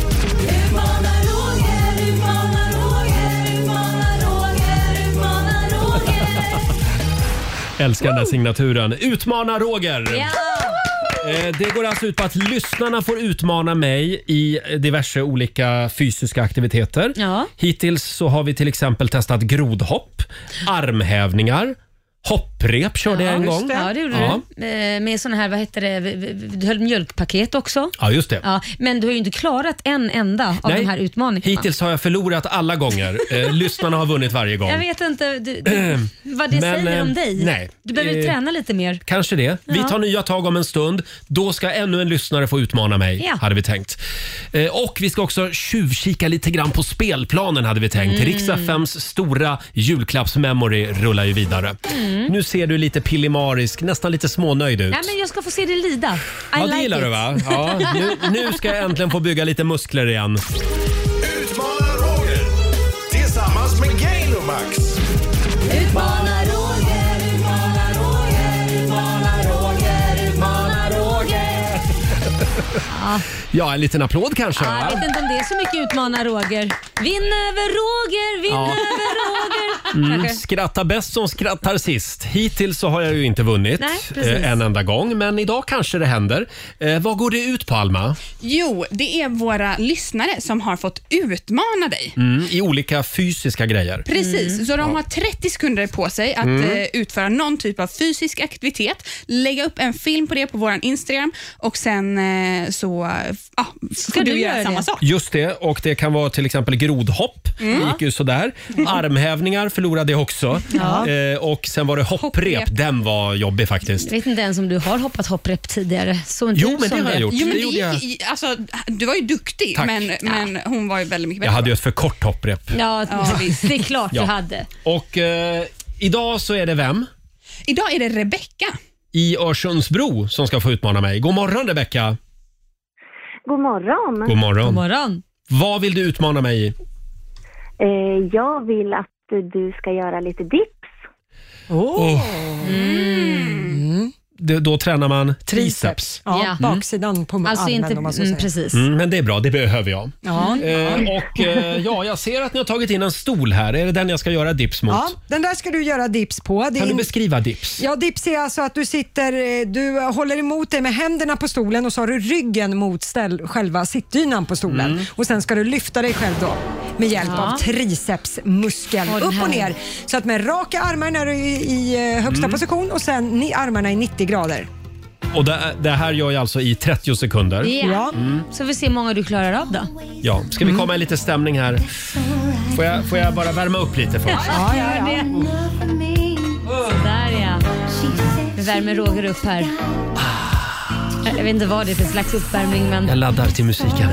Älskar den här signaturen. Utmana Roger! Ja. Det går alltså ut på att lyssnarna får utmana mig i diverse olika fysiska aktiviteter. Ja. Hittills så har vi till exempel testat grodhopp, armhävningar, hopprep körde jag en gång. Ja, det gjorde du. Med såna här, vad heter det, du höll mjölkpaket också. Ja, just det. Ja, men du har ju inte klarat en enda av de här utmaningarna. Hittills har jag förlorat alla gånger. Lyssnarna har vunnit varje gång. Jag vet inte vad det säger om dig. Nej. Du behöver träna lite mer. Kanske det. Vi tar nya tag om en stund. Då ska ännu en lyssnare få utmana mig, hade vi tänkt. Och vi ska också tjuvkika lite grann på spelplanen, hade vi tänkt. Rix FMs stora julklappsmemory rullar ju vidare. Nu ser du lite pillemarisk, nästan lite smånöjd ut. Ja, men jag ska få se det lida. Det gillar du, va? Ja, nu ska jag äntligen få bygga lite muskler igen. Utmanar Roger tillsammans med Gainomax. Utmanar Roger, utmanar Roger, utmanar Roger, utmanar Roger. Ja, en liten applåd kanske. Jag vet inte om det är så mycket utmana Roger. Vinn över Roger, vinn över Roger. Skratta bäst som skrattar sist. Hittills så har jag ju inte vunnit en enda gång, men idag kanske det händer. Vad går det ut på, Alma? Jo, det är våra lyssnare som har fått utmana dig. I olika fysiska grejer. Precis, så de har 30 sekunder på sig att utföra någon typ av fysisk aktivitet, lägga upp en film på det på våran Instagram och sen så ska du göra samma sak. Just det, och det kan vara till exempel grodhopp. Det gick ju sådär. Armhävningar förlorade jag också. Och sen var det hopprep. Den var jobbig faktiskt. Jag vet inte ens om du har hoppat hopprep tidigare. Så inte jo, men det har jag gjort. Jo, men alltså, du var ju duktig, men hon var ju väldigt mycket bättre. Jag hade ju ett för kort hopprep. Ja, det är klart du hade. Och idag så är det vem? Idag är det Rebecka i Örsundsbro som ska få utmana mig. God morgon, Rebecka. God morgon. God morgon. God morgon. Vad vill du utmana mig i? Jag vill att du ska göra lite dips. då tränar man triceps. Ja, baksidan på alltså armen inte, om man så säger. precis. Men det är bra, det behöver jag. Ja. Jag ser att ni har tagit in en stol här. Är det den jag ska göra dips mot? Ja, den där ska du göra dips på. Kan du beskriva dips? Ja, dips är alltså att du håller emot dig med händerna på stolen och så har du ryggen mot själva sittdynan på stolen. Och sen ska du lyfta dig själv då med hjälp av tricepsmuskeln upp och ner. Så att med raka armar när du är i högsta position och sen armarna i 90 grader. Och det här gör jag alltså i 30 sekunder. Ja. Så vi ser hur många du klarar av då. Ja, ska vi komma i lite stämning här? Får jag bara värma upp lite först? Ja. Sådär ja. Vi värmer Roger upp här. Jag vet inte vad det är för slags uppvärmning, men... Jag laddar till musiken.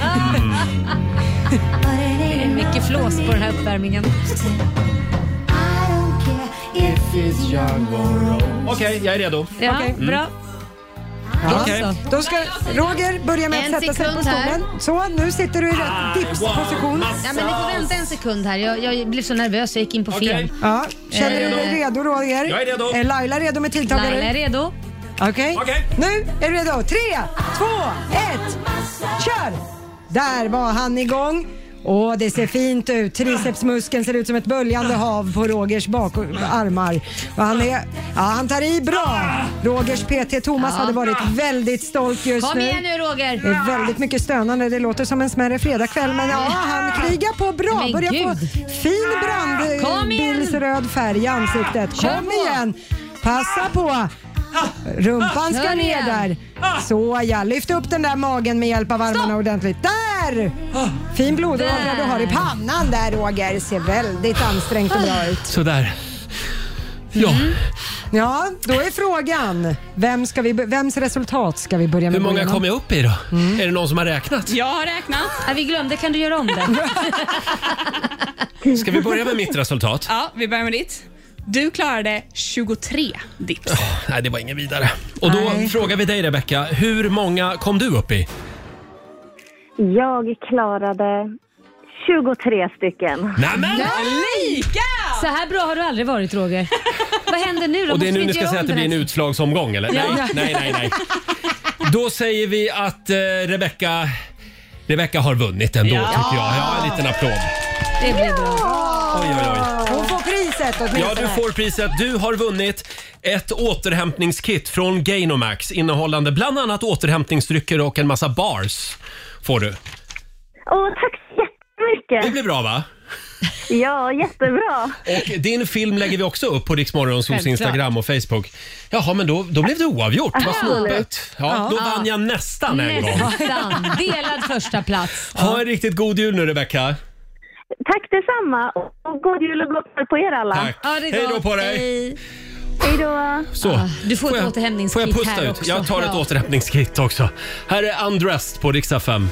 Det är mycket flås på den här uppvärmningen. Okej, jag är redo. Ja, bra. Då ska Roger börja med att sätta sig på stolen. Så, nu sitter du i rätt dipsposition. Ja, men ni får vänta en sekund här. Jag blev så nervös, jag gick in på fel. Ja. Känner du dig redo, Roger? Jag är redo. Är Laila redo med tidtagare? Laila är redo. Okej. Nu är du redo. 3, 2, 1. Kör! Där var han igång. Det ser fint ut. Tricepsmuskeln ser ut som ett böljande hav på Rogers armar. Och han tar i bra. Rogers PT Thomas hade varit väldigt stolt just nu. Kom igen nu, Roger. Det är väldigt mycket stönande. Det låter som en smärre fredagkväll. Men han krigar på bra. Men börjar få fin brandbilsröd färg i ansiktet. Kom igen. Passa på. Rumpan ska ner där. Så lyft upp den där magen med hjälp av armarna ordentligt. Där! Fin blodådra du har i pannan där, Roger. Ser väldigt ansträngt och bra ut. Sådär. Ja. Ja, då är frågan. Vems resultat ska vi börja med? Hur många kom jag upp i då? Är det någon som har räknat? Jag har räknat. Vi glömde, kan du göra om det? Ska vi börja med mitt resultat? Ja, vi börjar med ditt. Du klarade 23 dips. Nej, det var ingen vidare. Och då frågar vi dig, Rebecca, hur många kom du upp i? Jag klarade 23 stycken. Nämen! Lika! Så här bra har du aldrig varit, Roger. Vad händer nu då? Och det är Måste nu vi ni inte ska göra säga om att det blir en den här? utslagsomgång, eller? Ja. Nej. Då säger vi att Rebecca har vunnit ändå, tycker jag. Ja, en liten applåd. Det blir bra. Oj. Hon får priset åtminstone. Ja, du får priset. Du har vunnit ett återhämtningskit från Gainomax innehållande bland annat återhämtningsdrycker och en massa bars. Får du. Tack så jättemycket. Det blir bra, va? Ja, jättebra. Och din film lägger vi också upp på Rix Morgonzoos Instagram och Facebook. Jaha, men då blev det oavgjort. Vad snabbt. Ja, då vann jag nästan en gång. Nästan. Delad första plats. Ha en riktigt god jul nu, Rebecca. Tack detsamma. Och god jul och gott på er alla. Tack. Hej då på dig. Hej då. Så. Du får ett återhämtningskit. Får jag pusta här ut? också. Jag tar ett återhämtningskit också. Här är Undressed på Rix FM.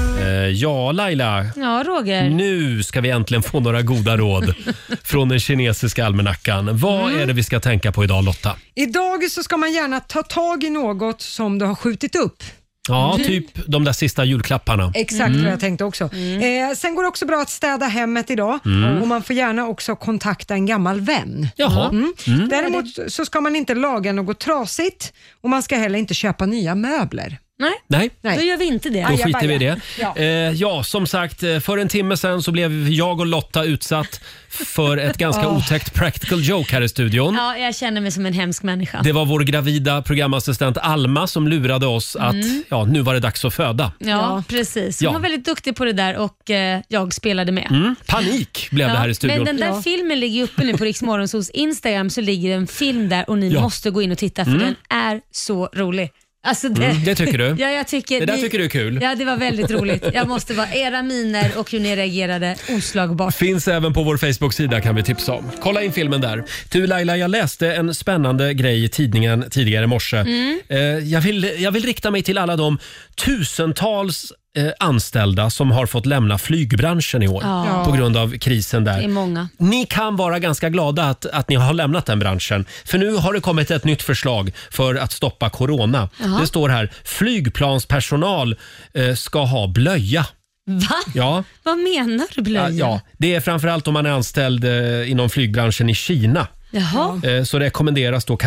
Ja, Laila. Ja, Roger. Nu ska vi äntligen få några goda råd från den kinesiska almanackan. Vad är det vi ska tänka på idag, Lotta? Idag så ska man gärna ta tag i något som du har skjutit upp. Ja, typ de där sista julklapparna. Exakt vad jag tänkte också. Sen går det också bra att städa hemmet idag och man får gärna också kontakta en gammal vän. Jaha. Däremot så ska man inte laga något trasigt och man ska heller inte köpa nya möbler. Nej. Då gör vi inte det. Då skiter vi i det. Ja. Ja, som sagt, för en timme sedan så blev jag och Lotta utsatt för ett ganska otäckt practical joke här i studion. Ja, jag känner mig som en hemsk människa. Det var vår gravida programassistent Alma som lurade oss att nu var det dags att föda. Ja, precis. Hon var väldigt duktig på det där och jag spelade med. Panik blev det här i studion. Men den där filmen ligger uppe nu på Rix Morgonzoos Instagram, så ligger en film där och ni måste gå in och titta för den är så rolig. Alltså det tycker du? Ja, jag tycker det där tycker du är kul. Ja, det var väldigt roligt. Jag måste vara era miner och hur ni reagerade oslagbart. Finns även på vår Facebook-sida, kan vi tipsa om. Kolla in filmen där. Du Laila, jag läste en spännande grej i tidningen tidigare i morse. Jag vill rikta mig till alla de tusentals anställda som har fått lämna flygbranschen i år på grund av krisen där. Det är många. Ni kan vara ganska glada att ni har lämnat den branschen. För nu har det kommit ett nytt förslag för att stoppa corona. Det står här, flygplanspersonal ska ha blöja. Va? Ja. Vad menar du blöja? Ja, det är framförallt om man är anställd inom flygbranschen i Kina. Så rekommenderas då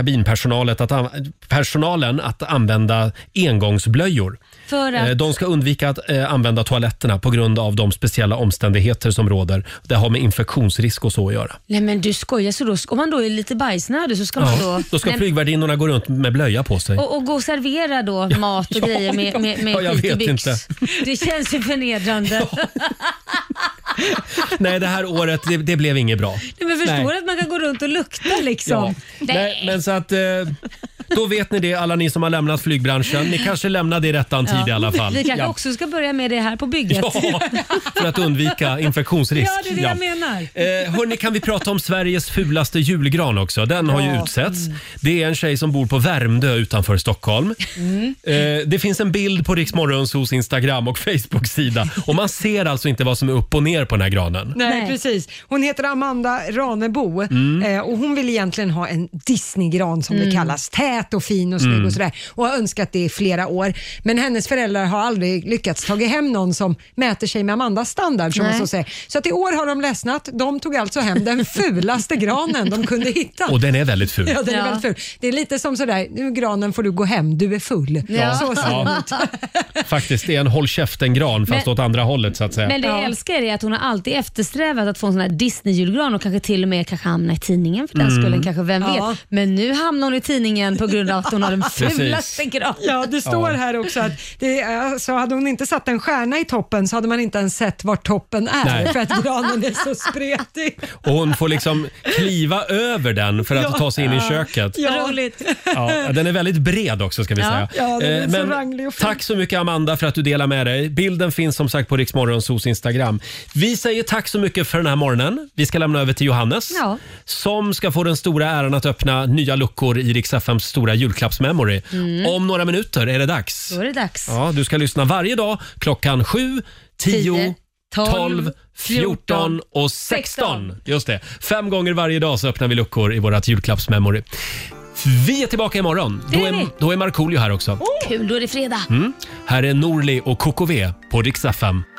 personalen att använda engångsblöjor. För att... De ska undvika att använda toaletterna på grund av de speciella omständigheter som råder. Det har med infektionsrisk och så att göra. Nej men du skojar, så då, om man då är lite bajsnödig så ska man då ska flygvärdinnorna gå runt med blöja på sig. Och gå och servera då mat och grejer med jag vet inte. Det känns ju förnedrande. Nej, det här året det blev inget bra. Men förstår att man kan gå runt och lukta liksom. Nej, men så att då vet ni det, alla ni som har lämnat flygbranschen. Ni kanske lämnade i rättan tid i alla fall. Vi kanske också ska börja med det här på bygget. Ja, för att undvika infektionsrisk. Ja, det är det jag menar. Hörrni, kan vi prata om Sveriges fulaste julgran också? Den har ju utsetts. Det är en tjej som bor på Värmdö utanför Stockholm. Det finns en bild på Rix Morgonzos Instagram och Facebook-sida. Och man ser alltså inte vad som är upp och ner på den här granen. Nej, precis. Hon heter Amanda Ranebo och hon vill egentligen ha en Disney-gran som det kallas. Tät och fin och snygg och sådär. Och har önskat det i flera år. Men hennes föräldrar har aldrig lyckats ta hem någon som mäter sig med Amandas standard. Som man så säger. Så att i år har de ledsnat. De tog alltså hem den fulaste granen de kunde hitta. Och den är väldigt ful. Ja, den är väldigt ful. Det är lite som sådär, nu granen får du gå hem, du är full. Ja. Så Faktiskt, det är en håll käften-gran fast åt andra hållet så att säga. Men det jag älskar är att hon har alltid eftersträvat att få en sån här Disney-julgran och kanske till och med hamna i tidningen för den skulle kanske, vem vet. Men nu hamnar hon i tidningen på grund av att hon har den fulaste granen. Ja, det står här också att så hade hon inte satt en stjärna i toppen så hade man inte ens sett var toppen är. Nej. För att granen är så spretig. Och hon får liksom kliva över den för att ta sig in i köket. Ja. Roligt. Ja, den är väldigt bred också ska vi säga. Ja, den är så ranglig och fin. Tack så mycket Amanda för att du delar med dig. Bilden finns som sagt på Rix Morgonzos Instagram. Vi säger tack så mycket för den här morgonen. Vi ska lämna över till Johannes som ska få den stora äran att öppna nya luckor i Rix FMs stora julklappsmemory. Om några minuter är det dags. Då är det dags. Ja, du ska lyssna varje dag klockan 7, 10, 12, 14 och 16. Just det. 5 gånger varje dag så öppnar vi luckor i vårat julklappsmemory. Vi är tillbaka imorgon. Då är Markoolio här också. Kul, då är det fredag. Här är Norli och KKV på Rix FM.